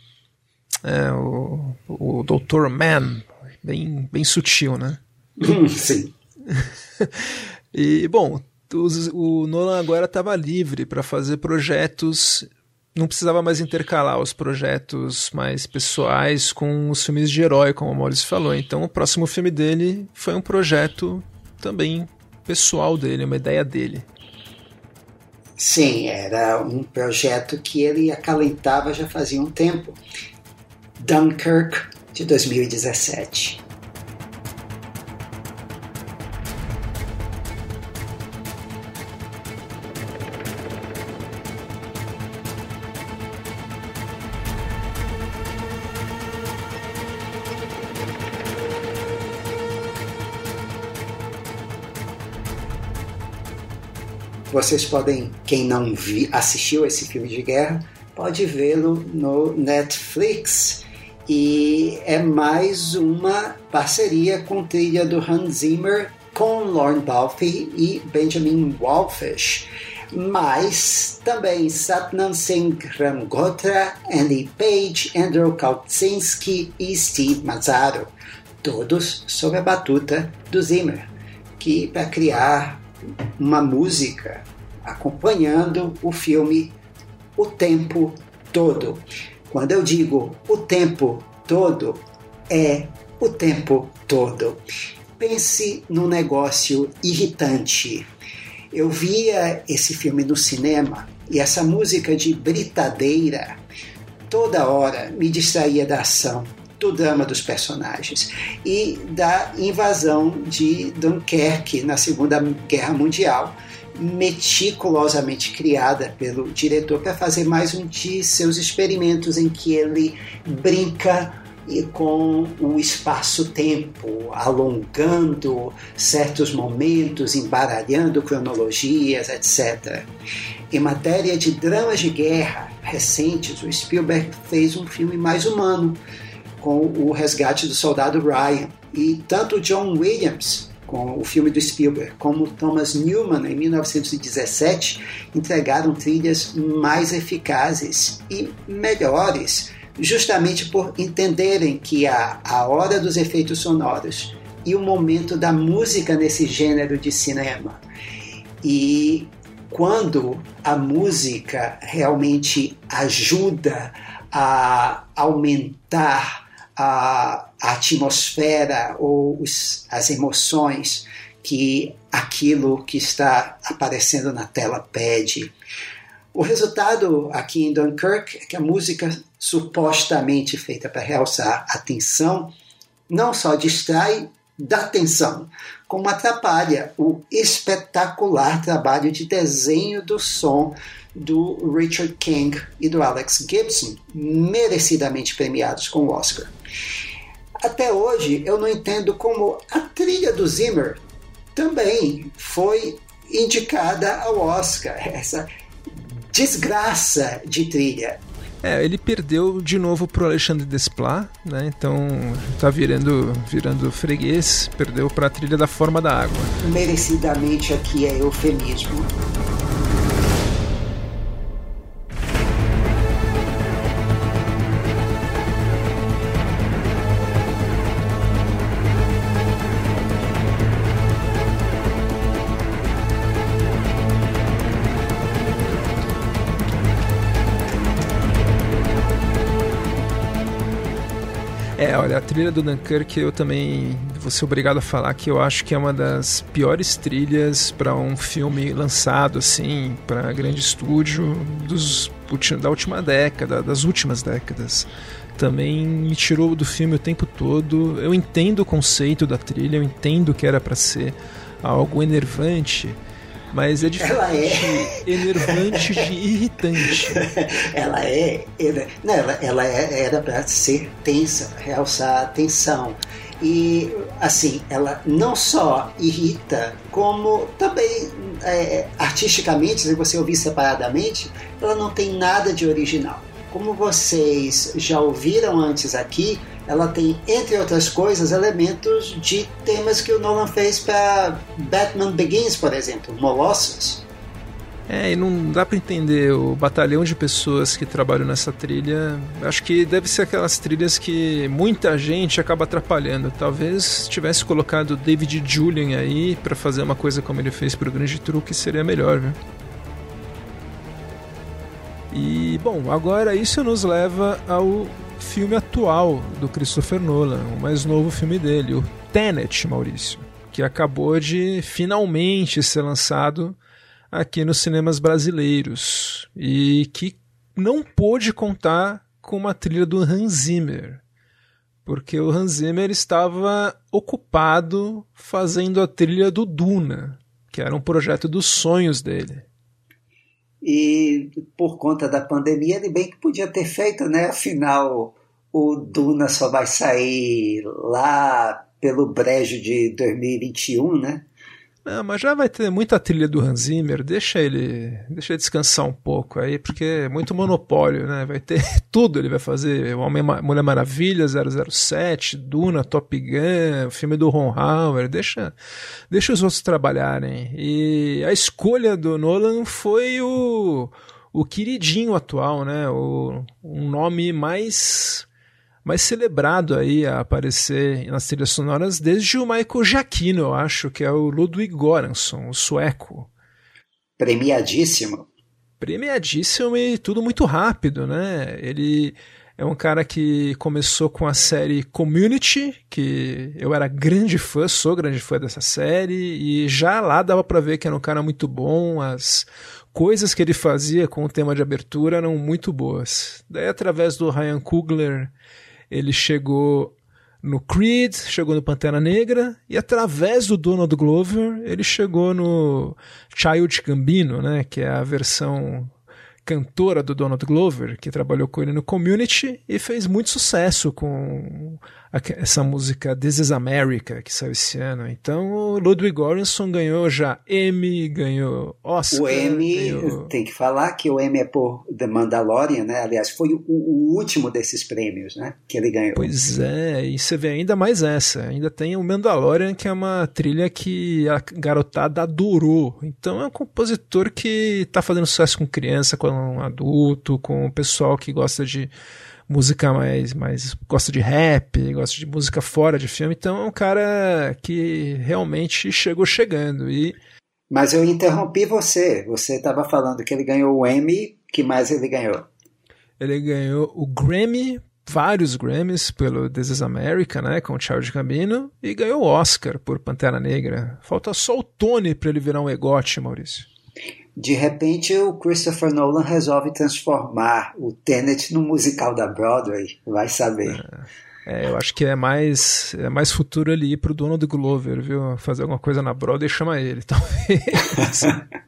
O Dr. Man, bem sutil, né? Sim. E, bom, o Nolan agora estava livre para fazer projetos, não precisava mais intercalar os projetos mais pessoais com os filmes de herói, como o Maurício falou. Então o próximo filme dele foi um projeto também pessoal dele, uma ideia dele. Sim, era um projeto que ele acalentava já fazia um tempo. Dunkirk, de 2017. Vocês podem, quem não assistiu esse filme de guerra, pode vê-lo no Netflix. E é mais uma parceria com trilha do Hans Zimmer com Lorne Balfe e Benjamin Wallfisch. Mas também Satnam Singh Ramgotra, Andy Page, Andrew Kautzinski e Steve Mazzaro. Todos sob a batuta do Zimmer, que para criar uma música acompanhando o filme o tempo todo. Quando eu digo o tempo todo, é o tempo todo. Pense num negócio irritante. Eu via esse filme no cinema e essa música de britadeira toda hora me distraía da ação, do drama dos personagens e da invasão de Dunkerque na Segunda Guerra Mundial, meticulosamente criada pelo diretor para fazer mais um de seus experimentos em que ele brinca com o espaço-tempo, alongando certos momentos, embaralhando cronologias, etc. Em matéria de dramas de guerra recentes, o Spielberg fez um filme mais humano, com O Resgate do Soldado Ryan, e tanto John Williams, com o filme do Spielberg, como Thomas Newman, em 1917, entregaram trilhas mais eficazes e melhores, justamente por entenderem que a hora dos efeitos sonoros e o momento da música nesse gênero de cinema. E quando a música realmente ajuda a aumentar a atmosfera ou as emoções que aquilo que está aparecendo na tela pede. O resultado aqui em Dunkirk é que a música supostamente feita para realçar a tensão não só distrai da atenção, como atrapalha o espetacular trabalho de desenho do som do Richard King e do Alex Gibson, merecidamente premiados com o Oscar. Até hoje, eu não entendo como a trilha do Zimmer também foi indicada ao Oscar. Essa desgraça de trilha. Ele perdeu de novo pro Alexandre Desplat, né? Então tá virando freguês, perdeu pra trilha da Forma da Água. Merecidamente aqui é eufemismo. Olha, a trilha do Dunkirk eu também vou ser obrigado a falar que eu acho que é uma das piores trilhas para um filme lançado assim, para grande estúdio da última década, das últimas décadas. Também me tirou do filme o tempo todo. Eu entendo o conceito da trilha, eu entendo que era para ser algo enervante, mas é diferente, enervante de irritante. Ela era para ser tensa, realçar a tensão. E, assim, ela não só irrita, como também, artisticamente, se você ouvir separadamente, ela não tem nada de original. Como vocês já ouviram antes aqui, ela tem, entre outras coisas, elementos de temas que o Nolan fez para Batman Begins, por exemplo, Molossos. E não dá para entender o batalhão de pessoas que trabalham nessa trilha. Acho que deve ser aquelas trilhas que muita gente acaba atrapalhando. Talvez tivesse colocado David Julian aí para fazer uma coisa como ele fez pro Grande Truque, seria melhor, viu? E, bom, agora isso nos leva ao filme atual do Christopher Nolan, o mais novo filme dele, o Tenet, Maurício, que acabou de finalmente ser lançado aqui nos cinemas brasileiros e que não pôde contar com uma trilha do Hans Zimmer, porque o Hans Zimmer estava ocupado fazendo a trilha do Duna, que era um projeto dos sonhos dele. E por conta da pandemia, ele bem que podia ter feito, né? Afinal, o Duna só vai sair lá pelo brejo de 2021, né? Não, mas já vai ter muita trilha do Hans Zimmer, deixa ele descansar um pouco aí, porque é muito monopólio, né? Vai ter tudo, ele vai fazer Mulher Maravilha, 007, Duna, Top Gun, o filme do Ron Howard, deixa os outros trabalharem. E a escolha do Nolan foi o queridinho atual, né? Um nome mais celebrado aí a aparecer nas trilhas sonoras desde o Michael Giacchino, eu acho, que é o Ludwig Göransson, o sueco. Premiadíssimo. Premiadíssimo e tudo muito rápido, né? Ele é um cara que começou com a série Community, que eu era sou grande fã dessa série, e já lá dava pra ver que era um cara muito bom, as coisas que ele fazia com o tema de abertura eram muito boas. Daí, através do Ryan Coogler, ele chegou no Creed, chegou no Pantera Negra, e através do Donald Glover, ele chegou no Childish Gambino, né, que é a versão cantora do Donald Glover, que trabalhou com ele no Community e fez muito sucesso com essa música This Is America, que saiu esse ano. Então o Ludwig Göransson ganhou já Emmy, ganhou Oscar. O Emmy, tem que falar que o Emmy é por The Mandalorian, né? Aliás, foi o último desses prêmios, né, que ele ganhou. Pois é, e você vê ainda mais essa. Ainda tem o Mandalorian, que é uma trilha que a garotada adorou. Então é um compositor que está fazendo sucesso com criança, com um adulto, com o pessoal que gosta de música mais gosta de rap, gosta de música fora de filme, então é um cara que realmente chegou chegando. Mas eu interrompi você estava falando que ele ganhou o Emmy, que mais ele ganhou? Ele ganhou o Grammy, vários Grammys pelo This Is America, né, com o Childish Gambino, e ganhou o Oscar por Pantera Negra. Falta só o Tony para ele virar um EGOT, Maurício. De repente o Christopher Nolan resolve transformar o Tenet no musical da Broadway, vai saber. Eu acho que é mais futuro ele ir pro Donald Glover, viu? Fazer alguma coisa na Broadway e chamar ele, talvez.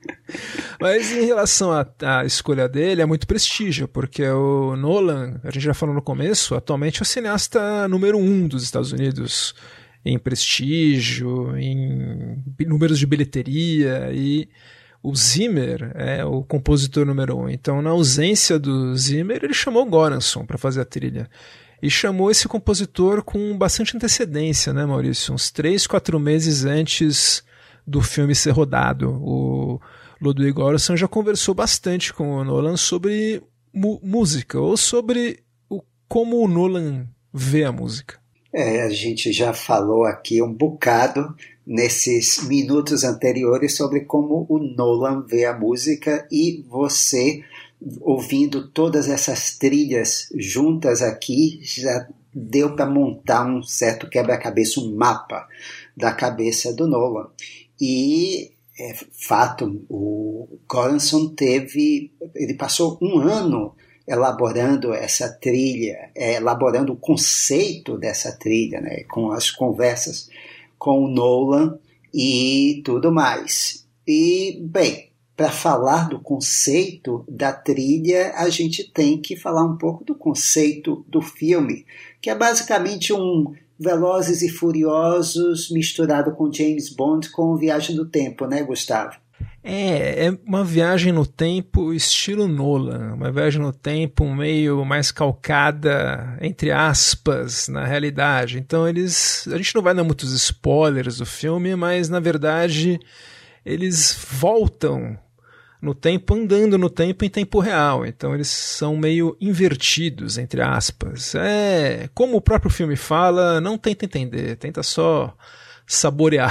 Mas em relação à escolha dele, é muito prestígio, porque o Nolan, a gente já falou no começo, atualmente é o cineasta número 1 dos Estados Unidos em prestígio, em números de bilheteria, e o Zimmer é o compositor número 1. Então, na ausência do Zimmer, ele chamou o Göransson para fazer a trilha. E chamou esse compositor com bastante antecedência, né, Maurício? Uns 3, 4 meses antes do filme ser rodado. O Ludwig Göransson já conversou bastante com o Nolan sobre música, ou sobre como o Nolan vê a música. A gente já falou aqui um bocado nesses minutos anteriores sobre como o Nolan vê a música, e você, ouvindo todas essas trilhas juntas aqui, já deu para montar um certo quebra-cabeça, um mapa da cabeça do Nolan. E é fato, o Göransson ele passou um ano elaborando essa trilha, elaborando o conceito dessa trilha, né, com as conversas com o Nolan e tudo mais. E, bem, para falar do conceito da trilha, a gente tem que falar um pouco do conceito do filme, que é basicamente um Velozes e Furiosos misturado com James Bond com Viagem no Tempo, né, Gustavo? É uma viagem no tempo estilo Nolan, uma viagem no tempo meio mais calcada, entre aspas, na realidade. Então a gente não vai dar muitos spoilers do filme, mas na verdade eles voltam no tempo, andando no tempo em tempo real. Então eles são meio invertidos, entre aspas. Como o próprio filme fala, não tenta entender, tenta só saborear.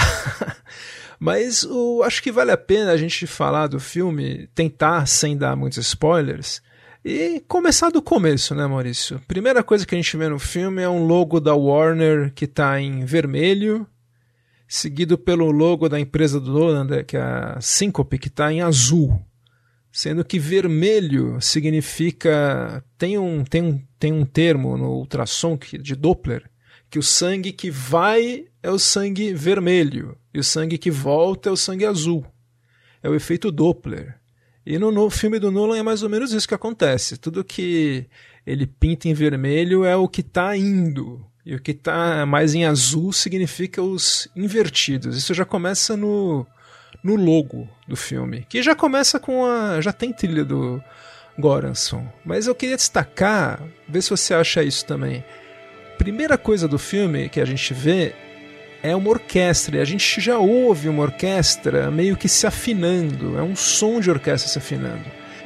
Mas acho que vale a pena a gente falar do filme, tentar sem dar muitos spoilers, e começar do começo, né, Maurício? Primeira coisa que a gente vê no filme é um logo da Warner que está em vermelho, seguido pelo logo da empresa do Nolan, que é a Syncope, que está em azul. Sendo que vermelho significa... Tem um termo no ultrassom de Doppler, que o sangue que vai é o sangue vermelho e o sangue que volta é o sangue azul. É o efeito Doppler. E no filme do Nolan é mais ou menos isso que acontece. Tudo que ele pinta em vermelho é o que está indo. E o que está mais em azul significa os invertidos. Isso já começa no logo do filme, que já começa já tem trilha do Göransson. Mas eu queria destacar, ver se você acha isso também. Primeira coisa do filme que a gente vê é uma orquestra, e a gente já ouve uma orquestra meio que se afinando, é um som de orquestra se afinando.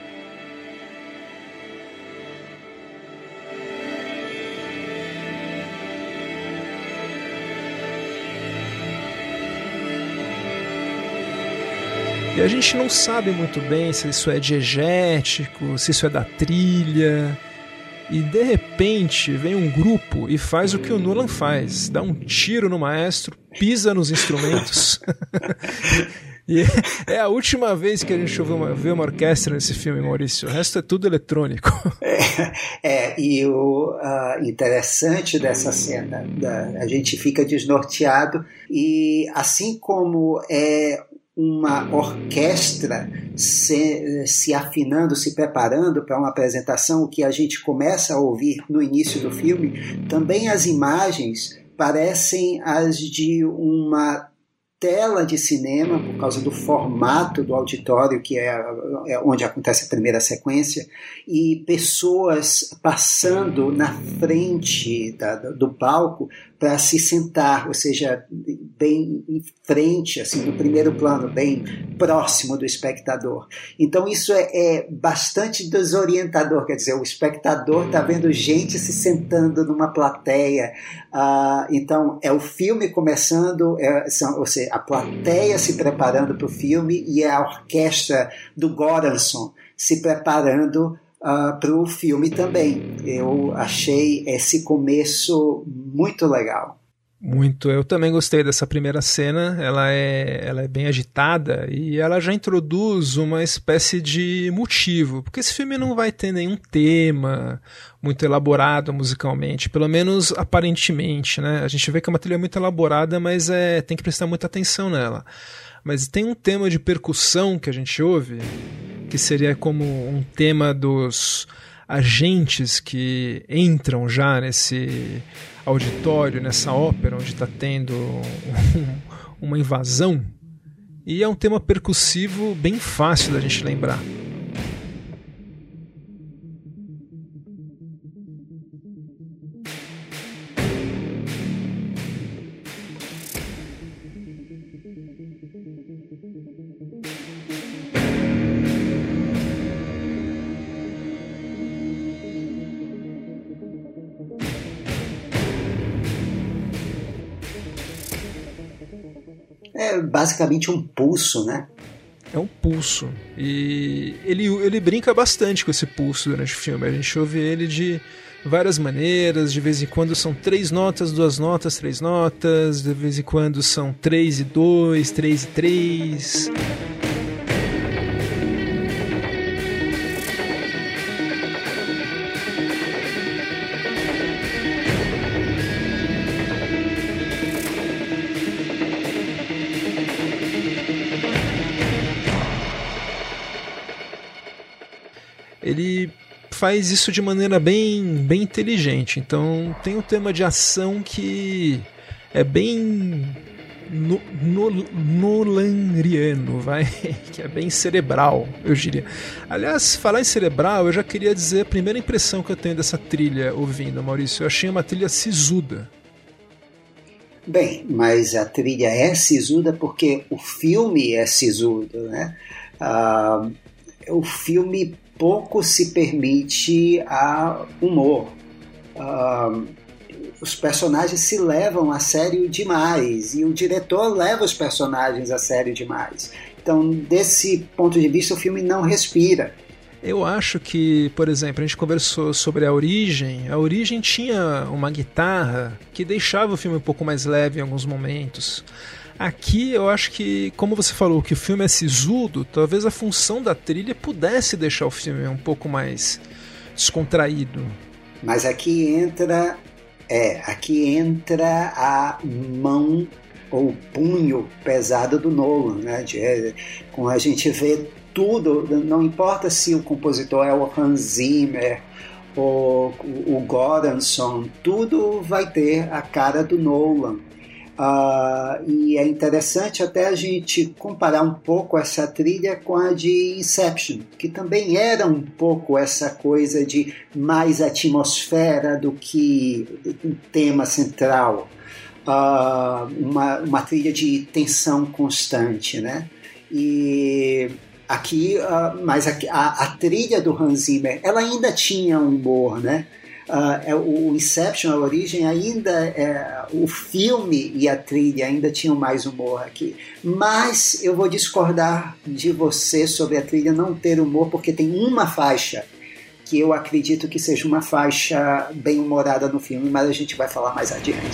E a gente não sabe muito bem se isso é diegético, se isso é da trilha. E de repente vem um grupo e faz o que o Nolan faz, dá um tiro no maestro, pisa nos instrumentos. E é a última vez que a gente vê uma orquestra nesse filme, Maurício. O resto é tudo eletrônico. E o interessante dessa cena, a gente fica desnorteado, e assim como uma orquestra se afinando, se preparando para uma apresentação, o que a gente começa a ouvir no início do filme, também as imagens parecem as de uma tela de cinema, por causa do formato do auditório, que é onde acontece a primeira sequência, e pessoas passando na frente do palco para se sentar, ou seja, bem em frente, assim, no primeiro plano, bem próximo do espectador. Então isso é bastante desorientador, quer dizer, o espectador está vendo gente se sentando numa plateia, então é o filme começando, ou seja, a plateia se preparando para o filme e a orquestra do Göransson se preparando para o filme também. Eu achei esse começo muito legal. Muito, eu também gostei dessa primeira cena, ela é bem agitada e ela já introduz uma espécie de motivo, porque esse filme não vai ter nenhum tema muito elaborado musicalmente, pelo menos aparentemente, né? A gente vê que é uma trilha muito elaborada, mas tem que prestar muita atenção nela. Mas tem um tema de percussão que a gente ouve, que seria como um tema dos agentes que entram já nesse auditório, nessa ópera onde está tendo uma invasão. E é um tema percussivo bem fácil da gente lembrar. É basicamente um pulso, né? É um pulso. E ele brinca bastante com esse pulso durante o filme. A gente ouve ele de várias maneiras. De vez em quando são 3 notas, 2 notas, 3 notas. De vez em quando são 3 e 2, 3 e 3. Ele faz isso de maneira bem inteligente. Então tem um tema de ação que é bem nolanriano, vai, que é bem cerebral, eu diria. Aliás, falar em cerebral, eu já queria dizer a primeira impressão que eu tenho dessa trilha ouvindo, Maurício. Eu achei uma trilha sisuda. Bem, mas a trilha é sisuda porque o filme é sisudo, né? O filme pouco se permite a humor. Os personagens se levam a sério demais e o diretor leva os personagens a sério demais. Então, desse ponto de vista, o filme não respira. Eu acho que, por exemplo, a gente conversou sobre A Origem. A Origem tinha uma guitarra que deixava o filme um pouco mais leve em alguns momentos. Aqui eu acho que, como você falou, que o filme é sisudo, talvez a função da trilha pudesse deixar o filme um pouco mais descontraído. Mas aqui entra a mão ou punho pesado do Nolan, né? Como a gente vê tudo, não importa se o compositor é o Hans Zimmer ou o Göransson, tudo vai ter a cara do Nolan. E é interessante até a gente comparar um pouco essa trilha com a de Inception, que também era um pouco essa coisa de mais atmosfera do que um tema central, uma trilha de tensão constante, né? E aqui, mas a trilha do Hans Zimmer, ela ainda tinha um humor, né? O Inception, A Origem, ainda o filme e a trilha ainda tinham mais humor aqui. Mas eu vou discordar de você sobre a trilha não ter humor, porque tem uma faixa que eu acredito que seja uma faixa bem humorada no filme, mas a gente vai falar mais adiante.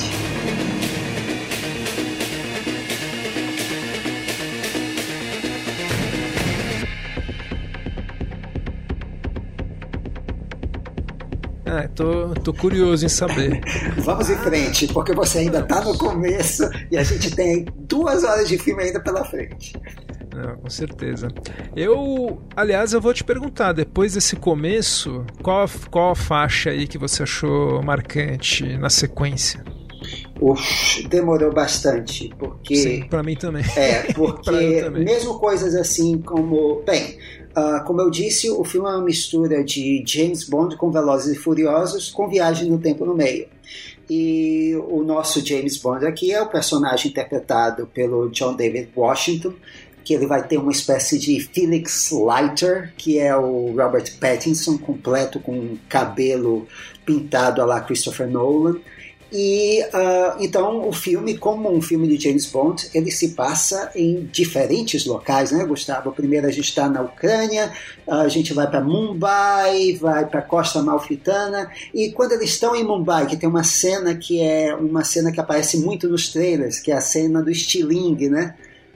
Tô curioso em saber. Vamos em frente, porque você ainda tá no começo e a gente tem 2 horas de filme ainda pela frente. Não, com certeza. Aliás, eu vou te perguntar, depois desse começo, qual a faixa aí que você achou marcante na sequência? Demorou bastante, porque... Sim, pra mim também. Porque também. Mesmo coisas assim como... Bem, como eu disse, o filme é uma mistura de James Bond com Velozes e Furiosos, com viagem no tempo no meio. E o nosso James Bond aqui é o personagem interpretado pelo John David Washington, que ele vai ter uma espécie de Felix Leiter, que é o Robert Pattinson, completo com cabelo pintado à la Christopher Nolan. E então o filme, como um filme de James Bond, ele se passa em diferentes locais, né, Gustavo? Primeiro a gente está na Ucrânia, a gente vai para Mumbai, vai para a Costa Amalfitana, e quando eles estão em Mumbai, que tem uma cena que é uma cena que aparece muito nos trailers, que é a cena do estilingue, né?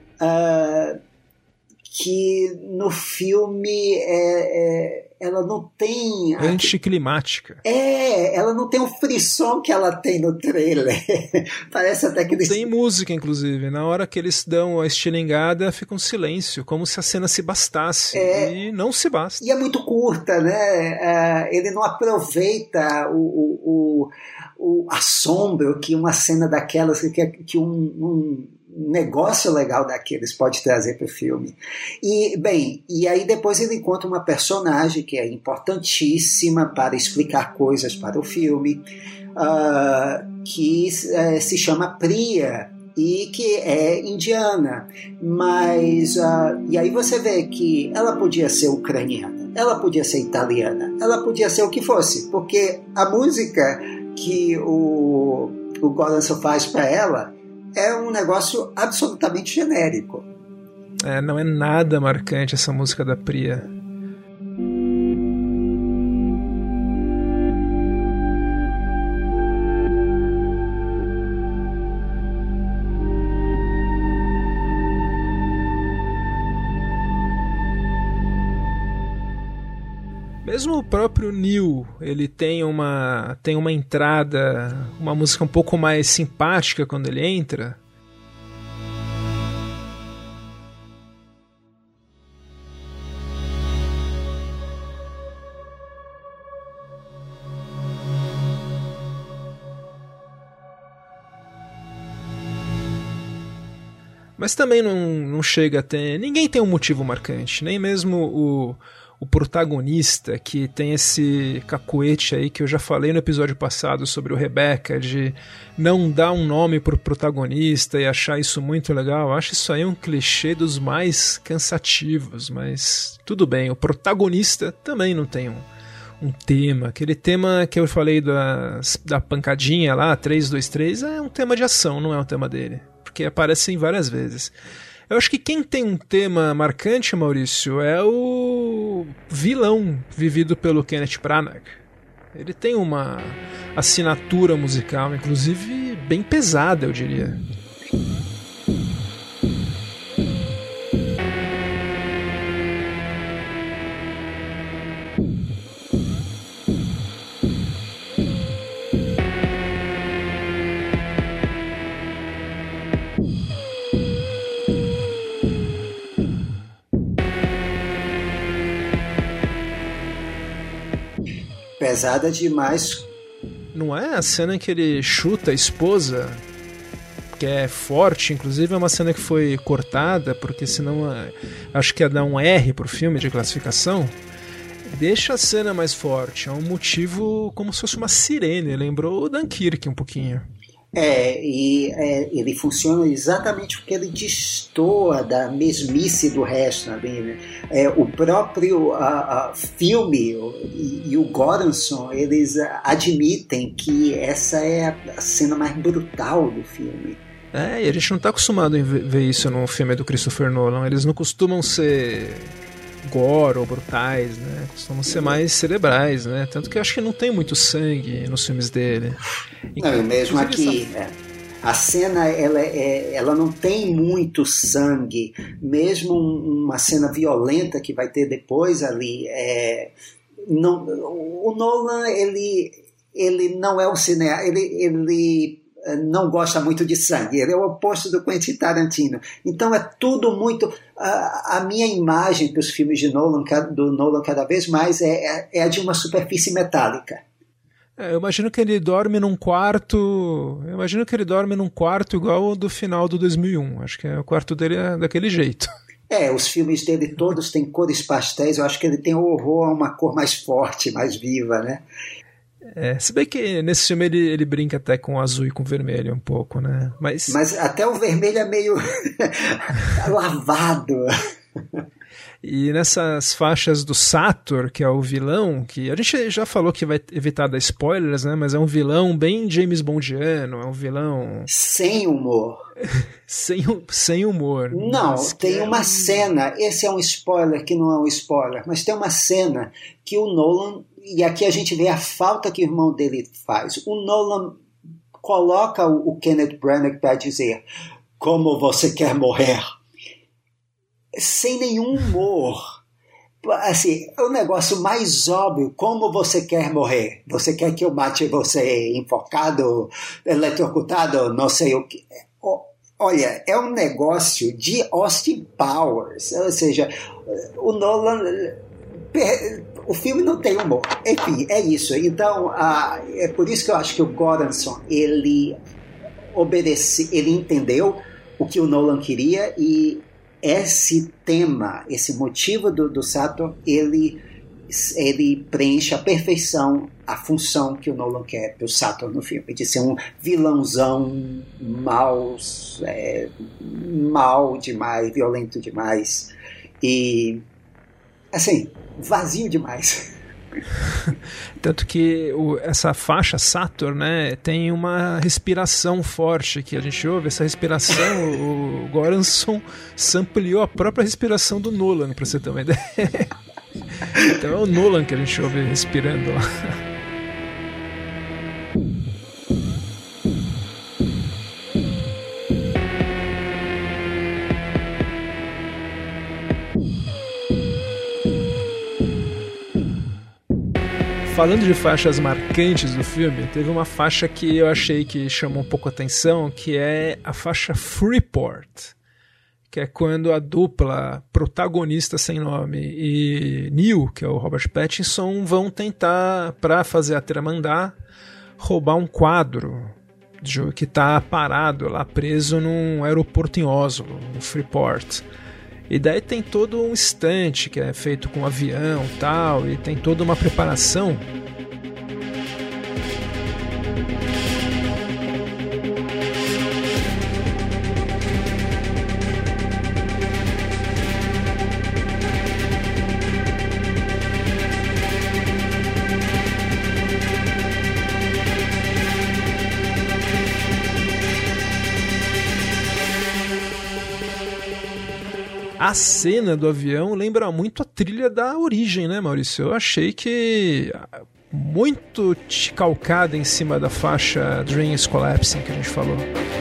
Que no filme ela não tem... Anticlimática. Ela não tem o frisson que ela tem no trailer. Parece até que eles... Tem música, inclusive. Na hora que eles dão a estilingada, fica um silêncio, como se a cena se bastasse. E não se basta. E é muito curta, né? Ele não aproveita o assombro que uma cena daquelas, que um negócio legal daqueles pode trazer para o filme. E aí depois ele encontra uma personagem que é importantíssima para explicar coisas para o filme, que se chama Priya, e que é indiana, mas e aí você vê que ela podia ser ucraniana, ela podia ser italiana, ela podia ser o que fosse, porque a música que o Goranson faz para ela é um negócio absolutamente genérico. Não é nada marcante essa música da Priya. Mesmo o próprio Neil, ele tem uma entrada, uma música um pouco mais simpática quando ele entra. Mas também não chega a ter... Ninguém tem um motivo marcante, nem mesmo o protagonista, que tem esse cacuete aí que eu já falei no episódio passado sobre o Rebecca, de não dar um nome pro protagonista e achar isso muito legal. Eu acho isso aí um clichê dos mais cansativos, mas tudo bem, o protagonista também não tem um tema. Aquele tema que eu falei da pancadinha lá, 3-2-3, é um tema de ação, não é um tema dele, porque aparecem várias vezes. Eu acho que quem tem um tema marcante, Maurício, é o vilão vivido pelo Kenneth Branagh. Ele tem uma assinatura musical, inclusive bem pesada, eu diria. Pesada demais. Não é a cena em que ele chuta a esposa, que é forte, inclusive é uma cena que foi cortada, porque senão acho que ia dar um R pro filme de classificação. Deixa a cena mais forte, é um motivo como se fosse uma sirene, lembrou o Dunkirk um pouquinho. Ele funciona exatamente porque ele destoa da mesmice do resto ali, né? O próprio filme e o Goranson, eles admitem que essa é a cena mais brutal do filme. E a gente não está acostumado a ver isso no filme do Christopher Nolan. Eles não costumam ser gore ou brutais, né? Costumam ser mais cerebrais, né? Tanto que eu acho que não tem muito sangue nos filmes dele. Não, mesmo aqui, a cena ela não tem muito sangue, mesmo uma cena violenta que vai ter depois ali. O Nolan ele não é um cineasta, ele não gosta muito de sangue, ele é o oposto do Quentin Tarantino, então é tudo muito... A minha imagem para os filmes do Nolan cada vez mais é a de uma superfície metálica. Eu imagino que ele dorme num quarto igual ao do final do 2001, acho que o quarto dele é daquele jeito. Os filmes dele todos têm cores pastéis, eu acho que ele tem horror a uma cor mais forte, mais viva, né? Se bem que nesse filme ele brinca até com o azul e com o vermelho um pouco, né? Mas até o vermelho é meio lavado. E nessas faixas do Sator, que é o vilão, que a gente já falou que vai evitar dar spoilers, né? Mas é um vilão bem James Bondiano, é um vilão... Sem humor. sem humor. Não, tem uma cena, esse é um spoiler que não é um spoiler, mas tem uma cena que o Nolan, e aqui a gente vê a falta que o irmão dele faz. O Nolan coloca o Kenneth Branagh para dizer: como você quer morrer? Sem nenhum humor. Assim, é o negócio mais óbvio. Como você quer morrer? Você quer que eu mate você enforcado, eletrocutado, não sei o que. Olha, é um negócio de Austin Powers. Ou seja, o Nolan... O filme não tem humor. Enfim, é isso. Então, é por isso que eu acho que o Göransson, ele entendeu o que o Nolan queria, e esse tema, esse motivo do Sator, ele preenche à perfeição a função que o Nolan quer do Sator no filme, de ser um vilãozão mau demais, violento demais e, assim, vazio demais. Tanto que essa faixa Sator, né, tem uma respiração forte que a gente ouve. Essa respiração, o Göransson sampleou a própria respiração do Nolan, pra você ter uma ideia. Então é o Nolan que a gente ouve respirando lá. Falando de faixas marcantes do filme, teve uma faixa que eu achei que chamou um pouco a atenção, que é a faixa Freeport, que é quando a dupla protagonista sem nome e Neil, que é o Robert Pattinson, vão tentar, para fazer a trama andar, roubar um quadro que está parado lá, preso num aeroporto em Oslo, no Freeport. E daí tem todo um estante que é feito com avião e tal, e tem toda uma preparação. A cena do avião lembra muito a trilha da Origem, né, Maurício? Eu achei que muito calcada em cima da faixa Dreams Collapsing que a gente falou.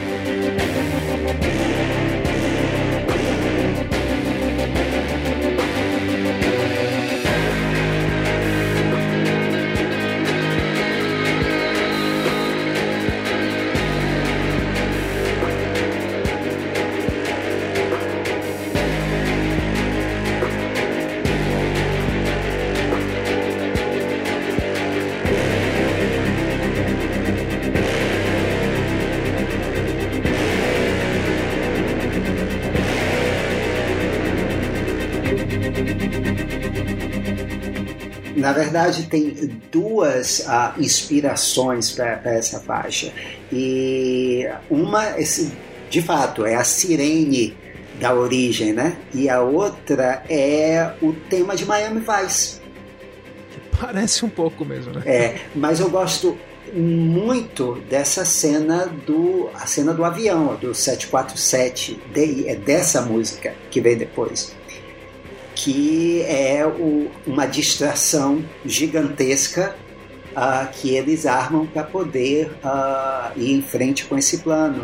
Na verdade, tem duas inspirações para essa faixa. E uma, de fato, é a sirene da Origem, né? E a outra é o tema de Miami Vice. Parece um pouco mesmo, né? Mas eu gosto muito dessa cena a cena do avião, do 747, dessa música que vem depois, que é uma distração gigantesca que eles armam para poder ir em frente com esse plano.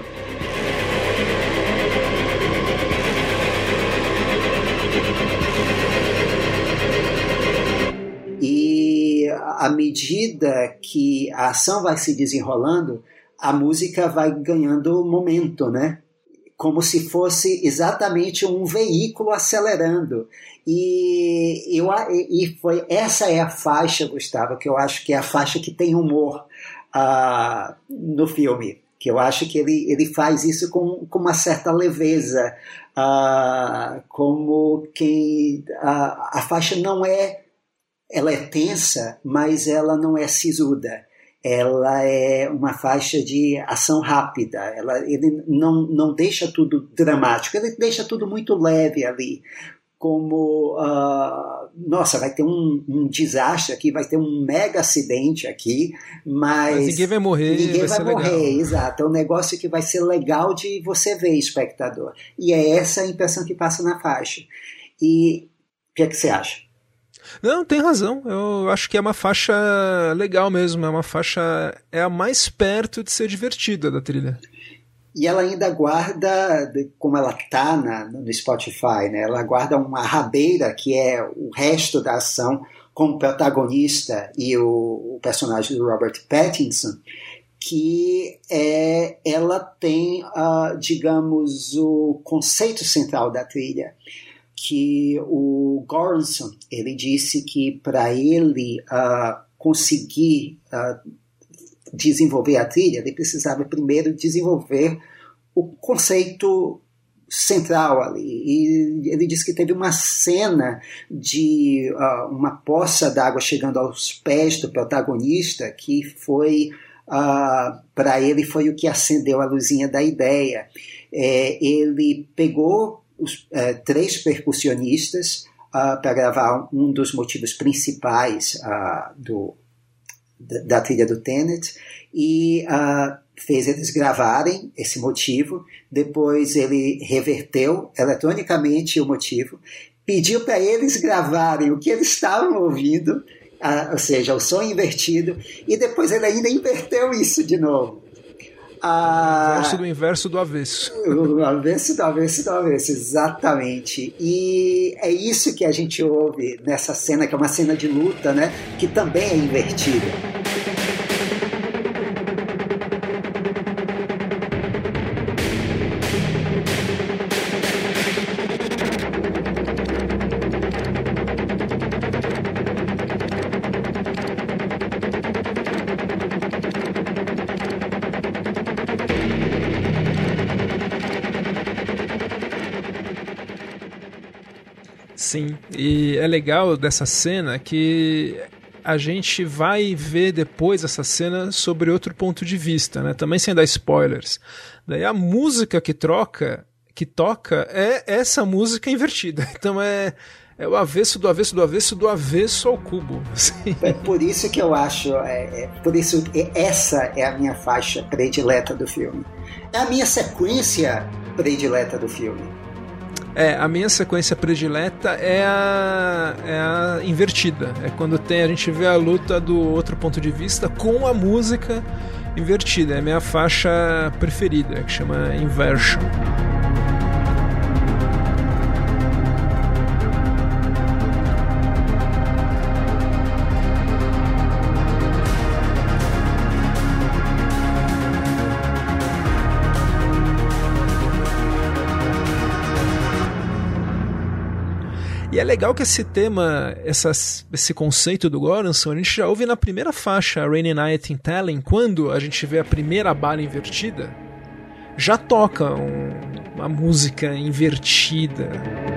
E à medida que a ação vai se desenrolando, a música vai ganhando momento, né? Como se fosse exatamente um veículo acelerando. E essa é a faixa, Gustavo, que eu acho que é a faixa que tem humor no filme. Que eu acho que ele faz isso com uma certa leveza. Como quem... a faixa não é... Ela é tensa, mas ela não é sisuda. ela é uma faixa de ação rápida. Ele não deixa tudo dramático, ele deixa tudo muito leve ali. Como, nossa, vai ter um desastre aqui, vai ter um mega acidente aqui, mas ninguém vai morrer. Ninguém vai morrer, exato. É um negócio que vai ser legal de você ver, espectador. E é essa a impressão que passa na faixa. E o que é que você acha? Não, tem razão. Eu acho que é uma faixa legal mesmo. É uma faixa. É a mais perto de ser divertida da trilha. E ela ainda guarda, como ela está no Spotify, né? Ela guarda uma rabeira que é o resto da ação com o protagonista e o personagem do Robert Pattinson, que ela tem, digamos, o conceito central da trilha, que o Göransson, ele disse que para ele conseguir desenvolver a trilha, ele precisava primeiro desenvolver o conceito central ali. E ele disse que teve uma cena de uma poça d'água chegando aos pés do protagonista que foi, para ele, foi o que acendeu a luzinha da ideia. Ele pegou os 3 percussionistas para gravar um dos motivos principais da trilha do Tenet e fez eles gravarem esse motivo. Depois ele reverteu eletronicamente o motivo, pediu para eles gravarem o que eles estavam ouvindo, ou seja, o som invertido, e depois ele ainda inverteu isso de novo. O inverso do avesso. O avesso do avesso do avesso, exatamente. E é isso que a gente ouve nessa cena, que é uma cena de luta, né? Que também é invertida. Sim, e é legal dessa cena que a gente vai ver depois essa cena sobre outro ponto de vista, né? Também sem dar spoilers. Daí a música que toca é essa música invertida. Então é o avesso do avesso do avesso do avesso ao cubo. Assim. É por isso que eu acho, por isso essa é a minha faixa predileta do filme. É a minha sequência predileta do filme. A minha sequência predileta é a invertida. É quando a gente vê a luta do outro ponto de vista com a música invertida. É a minha faixa preferida, que chama Inversion. E é legal que esse tema, esse conceito do Göransson, a gente já ouve na primeira faixa, Rainy Night in Tallinn, quando a gente vê a primeira bala invertida, já toca uma música invertida.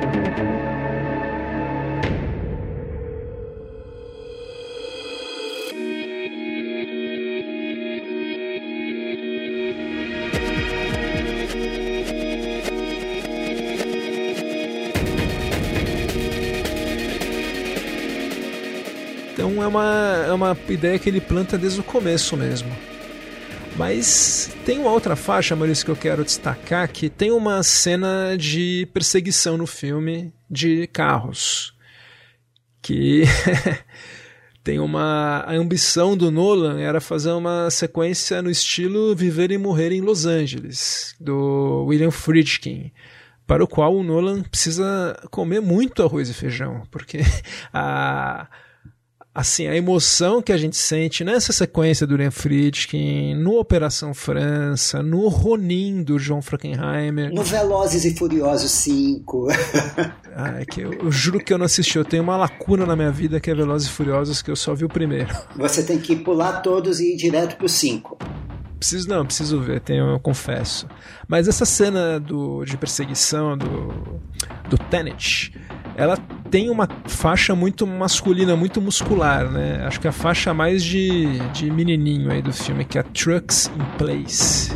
Então é uma ideia que ele planta desde o começo mesmo. Mas tem uma outra faixa, Maurício, que eu quero destacar, que tem uma cena de perseguição no filme de carros. Que tem a ambição do Nolan era fazer uma sequência no estilo Viver e Morrer em Los Angeles, do William Friedkin, para o qual o Nolan precisa comer muito arroz e feijão, porque a emoção que a gente sente nessa sequência do William Friedkin, no Operação França, no Ronin do John Frankenheimer, no Velozes e Furiosos 5. É que eu juro que eu não assisti. Eu tenho uma lacuna na minha vida que é Velozes e Furiosos, que eu só vi o primeiro. Você tem que pular todos e ir direto pro 5. Preciso ver, eu confesso. Mas essa cena de perseguição do Tenet, ela tem uma faixa muito masculina, muito muscular, né? Acho que a faixa mais de menininho aí do filme, que é a Trucks in Place.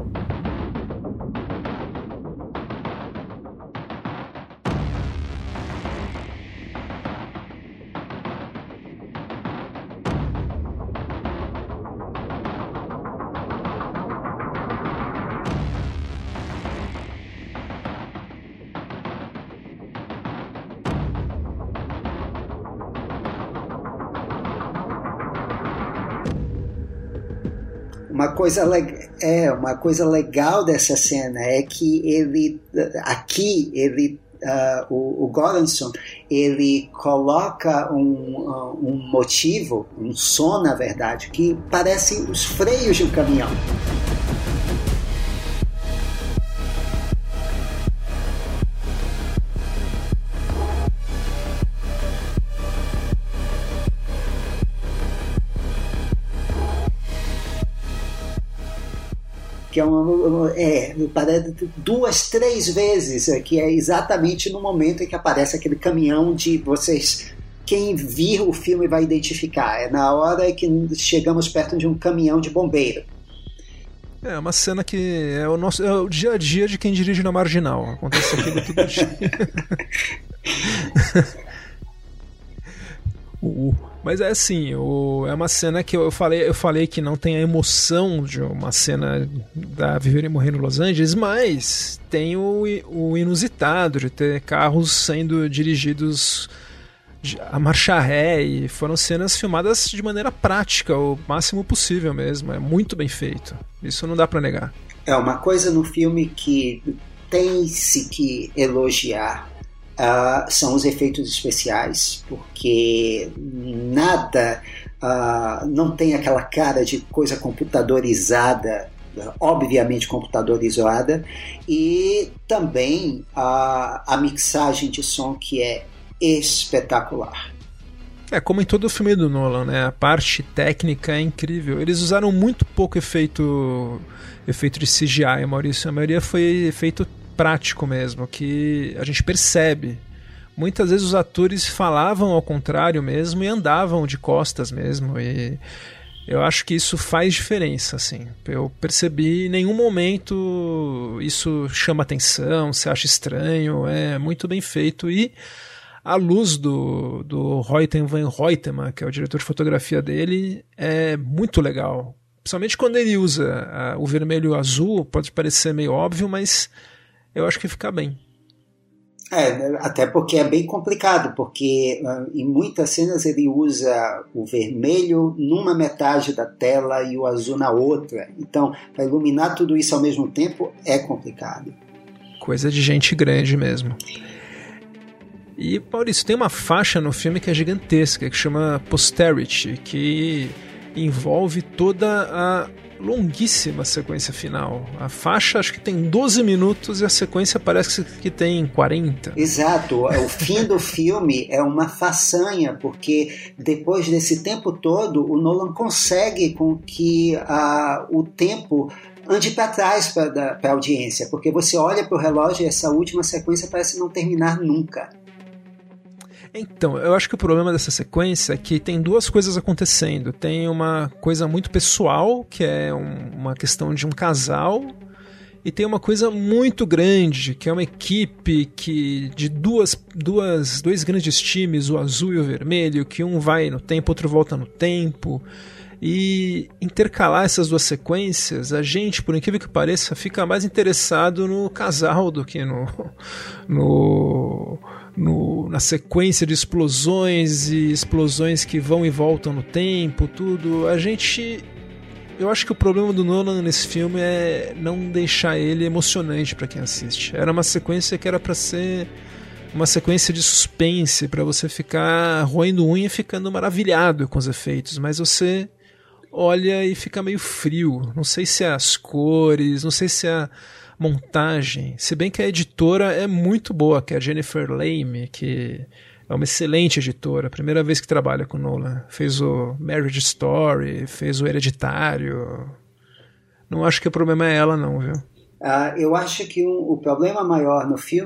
Uma coisa legal dessa cena é que o Göransson, ele coloca um motivo, um som na verdade, que parece os freios de um caminhão. Que parece 2, 3 vezes, que é exatamente no momento em que aparece aquele caminhão de vocês. Quem vir o filme vai identificar. É na hora que chegamos perto de um caminhão de bombeiro. É uma cena que é o dia a dia de quem dirige na Marginal. Acontece aquilo todo dia. Mas é assim, é uma cena que eu falei que não tem a emoção de uma cena da Viver e Morrer no Los Angeles, mas tem o inusitado de ter carros sendo dirigidos a marcha ré, e foram cenas filmadas de maneira prática, o máximo possível mesmo, é muito bem feito, isso não dá pra negar. É uma coisa no filme que tem-se que elogiar. São os efeitos especiais, porque nada não tem aquela cara de coisa computadorizada, obviamente computadorizada, e também a mixagem de som, que é espetacular. Como em todo o filme do Nolan, né? A parte técnica é incrível. Eles usaram muito pouco efeito de CGI, Maurício. A maioria foi efeito prático mesmo, que a gente percebe. Muitas vezes os atores falavam ao contrário mesmo e andavam de costas mesmo, e eu acho que isso faz diferença, assim. Eu percebi, em nenhum momento isso chama atenção, se acha estranho, é muito bem feito, e a luz do Reuten van Rooytema, que é o diretor de fotografia dele, é muito legal. Principalmente quando ele usa o vermelho e o azul, pode parecer meio óbvio, mas eu acho que fica bem. Até porque é bem complicado, porque em muitas cenas ele usa o vermelho numa metade da tela e o azul na outra. Então, para iluminar tudo isso ao mesmo tempo é complicado. Coisa de gente grande mesmo. E, Maurício, tem uma faixa no filme que é gigantesca, que chama Posterity, que envolve toda a longuíssima sequência final. A faixa acho que tem 12 minutos e a sequência parece que tem 40. Exato, o fim do filme é uma façanha, porque depois desse tempo todo o Nolan consegue com que o tempo ande para trás para a audiência, porque você olha para o relógio e essa última sequência parece não terminar nunca. Então, eu acho que o problema dessa sequência é que tem duas coisas acontecendo. Tem uma coisa muito pessoal, que é uma questão de um casal, e tem uma coisa muito grande, que é uma equipe de dois grandes times, o azul e o vermelho, que um vai no tempo, outro volta no tempo. E intercalar essas duas sequências, a gente, por incrível que pareça, fica mais interessado no casal do que na sequência de explosões e explosões que vão e voltam no tempo, tudo. Eu acho que o problema do Nolan nesse filme é não deixar ele emocionante para quem assiste. Era uma sequência que era para ser uma sequência de suspense, para você ficar roendo unha e ficando maravilhado com os efeitos, mas você olha e fica meio frio. Não sei se é as cores, não sei se é a montagem, se bem que a editora é muito boa, que é a Jennifer Lame, que é uma excelente editora, primeira vez que trabalha com Nolan, fez o Marriage Story, fez o Hereditário. Não acho que o problema é ela não, viu? Eu acho que o problema maior no filme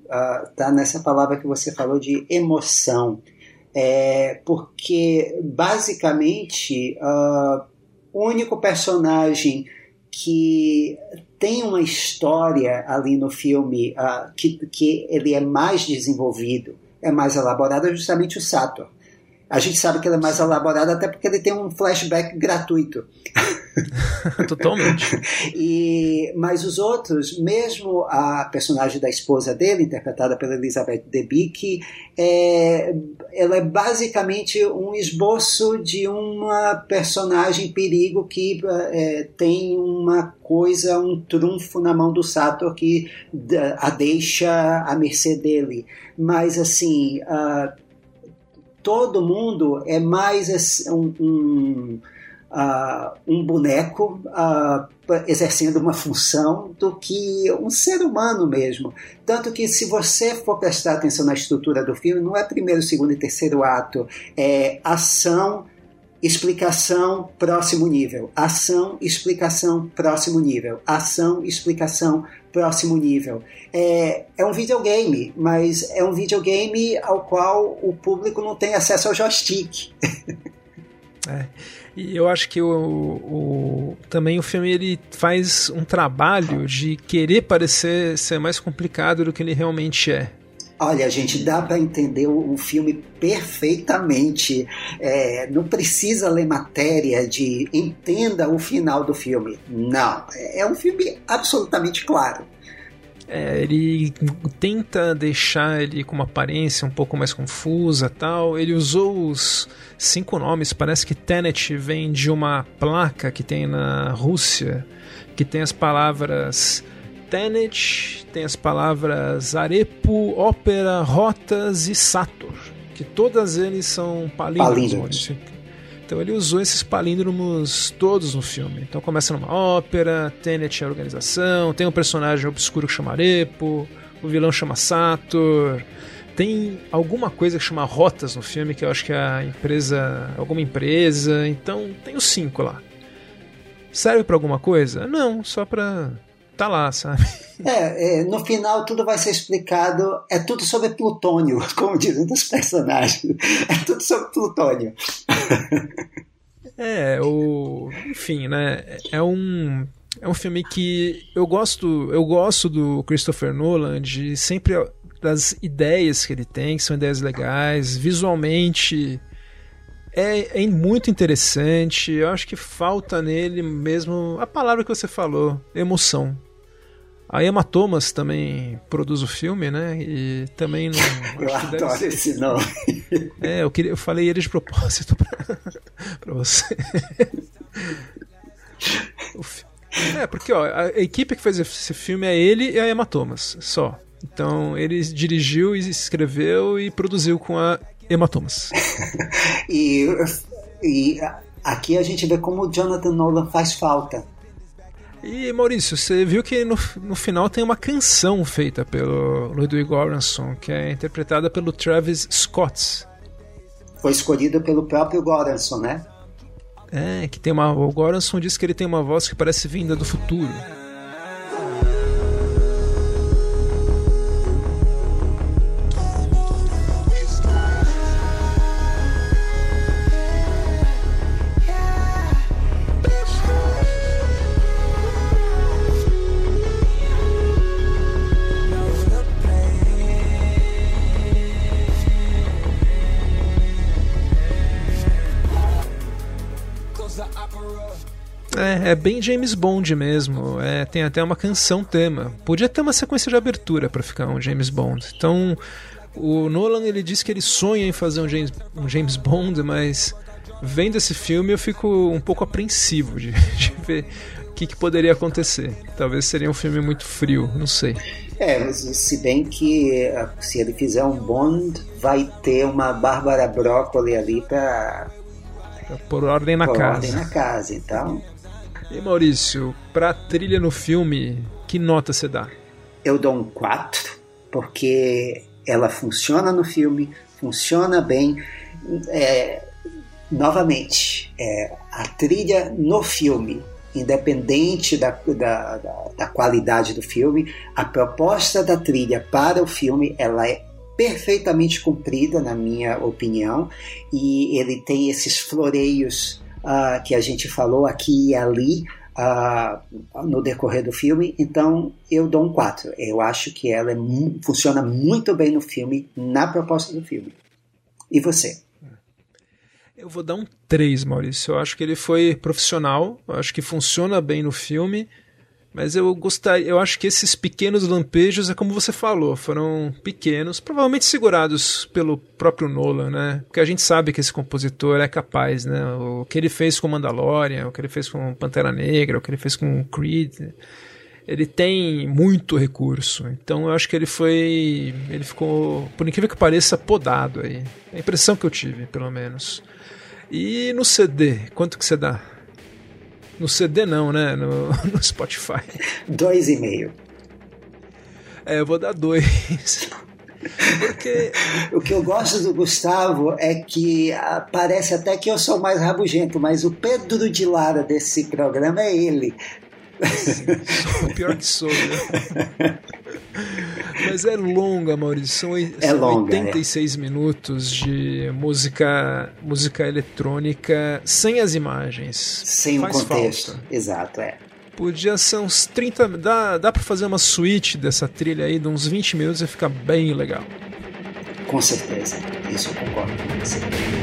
tá nessa palavra que você falou de emoção. Porque, basicamente, o único personagem que tem uma história ali no filme que ele é mais desenvolvido, é mais elaborado, é justamente o Sator. A gente sabe que ele é mais elaborado até porque ele tem um flashback gratuito. Totalmente. Mas os outros, mesmo a personagem da esposa dele, interpretada pela Elizabeth Debicki, ela é basicamente um esboço de uma personagem perigo que tem uma coisa, um trunfo na mão do Sator que a deixa à mercê dele. Mas, assim, todo mundo é mais um boneco exercendo uma função do que um ser humano mesmo. Tanto que, se você for prestar atenção na estrutura do filme, não é primeiro, segundo e terceiro ato, é ação, explicação, próximo nível. Ação, explicação, próximo nível. Ação, explicação, próximo nível. É um videogame, mas é um videogame ao qual o público não tem acesso ao joystick. E eu acho que também o filme ele faz um trabalho de querer parecer ser mais complicado do que ele realmente é. Olha, gente, dá para entender o filme perfeitamente. Não precisa ler matéria de entenda o final do filme. Não, é um filme absolutamente claro. Ele tenta deixar ele com uma aparência um pouco mais confusa, tal. Ele usou os 5 nomes. Parece que Tenet vem de uma placa que tem na Rússia, que tem as palavras Tenet, tem as palavras Arepo, Ópera, Rotas e Sator, que todas eles são palíndromos. Então ele usou esses palíndromos todos no filme. Então começa numa ópera, Tenet é a organização, tem um personagem obscuro que chama Arepo, o vilão chama Sator, tem alguma coisa que chama Rotas no filme, que eu acho que é alguma empresa, então tem os 5 lá. Serve pra alguma coisa? Não, só pra tá lá, sabe? No final tudo vai ser explicado, é tudo sobre plutônio, como dizem dos personagens, é tudo sobre plutônio. Enfim, né, é um filme que eu gosto do Christopher Nolan, de sempre das ideias que ele tem, que são ideias legais, visualmente é muito interessante. Eu acho que falta nele mesmo a palavra que você falou, emoção. A Emma Thomas também produz o filme, né? E também não. Eu adoro esse nome. Eu falei ele de propósito pra você. Porque a equipe que fez esse filme é ele e a Emma Thomas, só. Então ele dirigiu, escreveu e produziu com a Emma Thomas. e aqui a gente vê como o Jonathan Nolan faz falta. E Maurício, você viu que no final tem uma canção feita pelo Ludwig Göransson, que é interpretada pelo Travis Scott. Foi escolhido pelo próprio Göransson, né? Que tem o Göransson diz que ele tem uma voz que parece vinda do futuro. É bem James Bond mesmo, tem até uma canção tema. Podia ter uma sequência de abertura para ficar um James Bond. Então, o Nolan ele diz que ele sonha em fazer um James Bond, mas vendo esse filme eu fico um pouco apreensivo de ver o que poderia acontecer. Talvez seria um filme muito frio, não sei. Se bem que se ele fizer um Bond, vai ter uma Bárbara Broccoli ali para pôr ordem na casa, então... E Maurício, pra trilha no filme, que nota você dá? Eu dou um 4, porque ela funciona no filme, funciona bem. Novamente, a trilha no filme independente da qualidade do filme, a proposta da trilha para o filme, ela é perfeitamente cumprida, na minha opinião, e ele tem esses floreios que a gente falou aqui e ali no decorrer do filme. Então eu dou um 4. Eu acho que ela funciona muito bem no filme, na proposta do filme. E você? Eu vou dar um 3, Maurício. Eu acho que ele foi profissional, eu acho que funciona bem no filme, mas eu acho que esses pequenos lampejos, é como você falou, foram pequenos, provavelmente segurados pelo próprio Nolan, né? Porque a gente sabe que esse compositor é capaz, né? O que ele fez com Mandalorian, o que ele fez com Pantera Negra, o que ele fez com Creed, ele tem muito recurso. Então eu acho que ele ficou, por incrível que pareça, podado aí. É a impressão que eu tive, pelo menos. E no CD, quanto que você dá? No CD não, né? No Spotify. 2,5. Eu vou dar 2. Porque... O que eu gosto do Gustavo é que parece até que eu sou mais rabugento, mas o Pedro de Lara desse programa é ele. Sim, o pior que sou, né? Mas é longa, Maurício. São longa, 86 minutos de música eletrônica sem as imagens. Sem o contexto. Falta. Exato, Podia ser uns 30. Dá pra fazer uma suíte dessa trilha aí de uns 20 minutos e ficar bem legal. Com certeza. Isso eu concordo com você.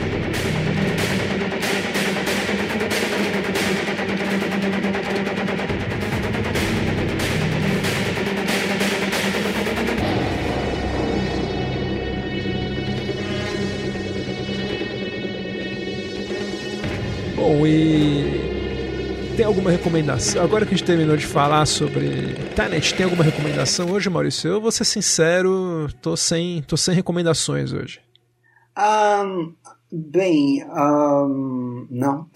Bom, e tem alguma recomendação? Agora que a gente terminou de falar sobre Tenet, tem alguma recomendação hoje, Maurício? Eu vou ser sincero, tô sem recomendações hoje. Não.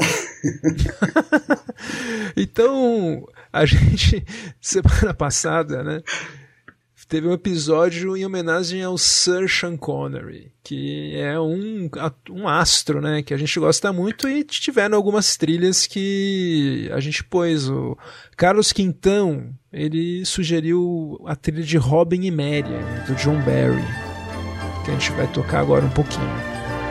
Então, a gente, semana passada, né, teve um episódio em homenagem ao Sir Sean Connery, que é um astro, né, que a gente gosta muito, e tiveram algumas trilhas que a gente pôs. O Carlos Quintão, ele sugeriu a trilha de Robin e Marian, do John Barry, que a gente vai tocar agora um pouquinho.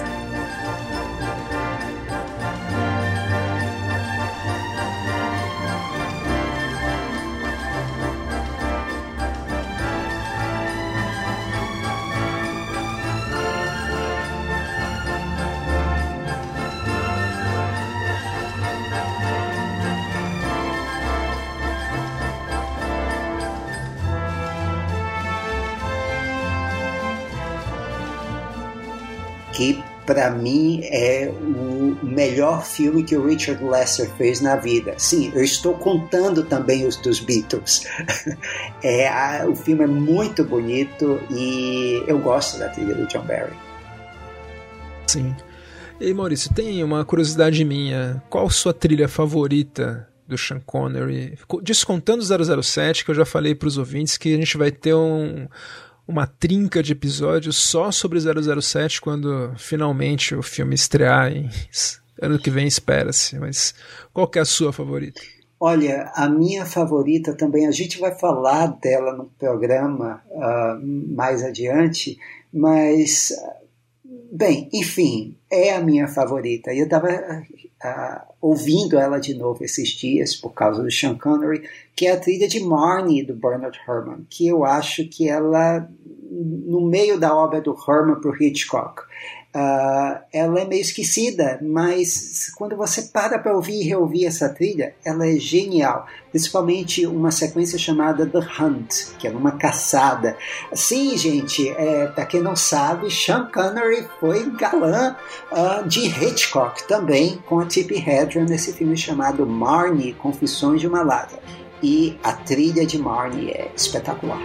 Que para mim é o melhor filme que o Richard Lester fez na vida. Sim, eu estou contando também os dos Beatles. O filme é muito bonito e eu gosto da trilha do John Barry. Sim. E Maurício, tem uma curiosidade minha. Qual a sua trilha favorita do Sean Connery? Descontando o 007, que eu já falei para os ouvintes que a gente vai ter uma trinca de episódios só sobre 007 quando finalmente o filme estrear ano que vem, espera-se. Mas qual que é a sua favorita? Olha, a minha favorita também, a gente vai falar dela no programa mais adiante, mas, bem, enfim, é a minha favorita. Eu estava ouvindo ela de novo esses dias por causa do Sean Connery, que é a trilha de Marnie, do Bernard Herrmann, que eu acho que ela, no meio da obra do Herrmann para o Hitchcock, ela é meio esquecida, mas quando você para ouvir e reouvir essa trilha, ela é genial, principalmente uma sequência chamada The Hunt, que é uma caçada. Sim, gente, para quem não sabe, Sean Connery foi galã de Hitchcock também, com a Tippi Hedren nesse filme chamado Marnie, Confissões de uma Ladra, e a trilha de Marnie é espetacular.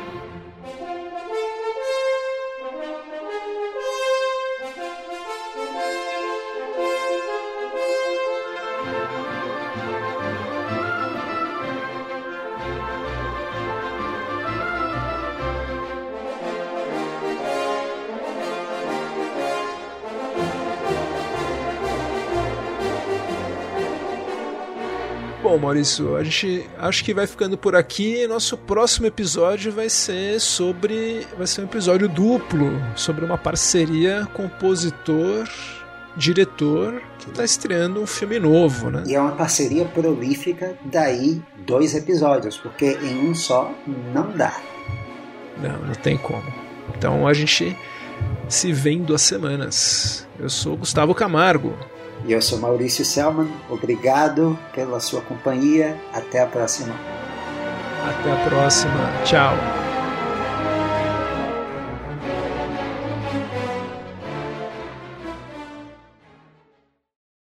Bom, Maurício, a gente acho que vai ficando por aqui. Nosso próximo episódio vai ser um episódio duplo sobre uma parceria compositor-diretor que está estreando um filme novo, né? E é uma parceria prolífica, daí 2 episódios, porque em um só não dá. Não tem como. Então a gente se vê em 2 semanas. Eu sou Gustavo Camargo. E eu sou Maurício Selman. Obrigado pela sua companhia. Até a próxima. Até a próxima. Tchau.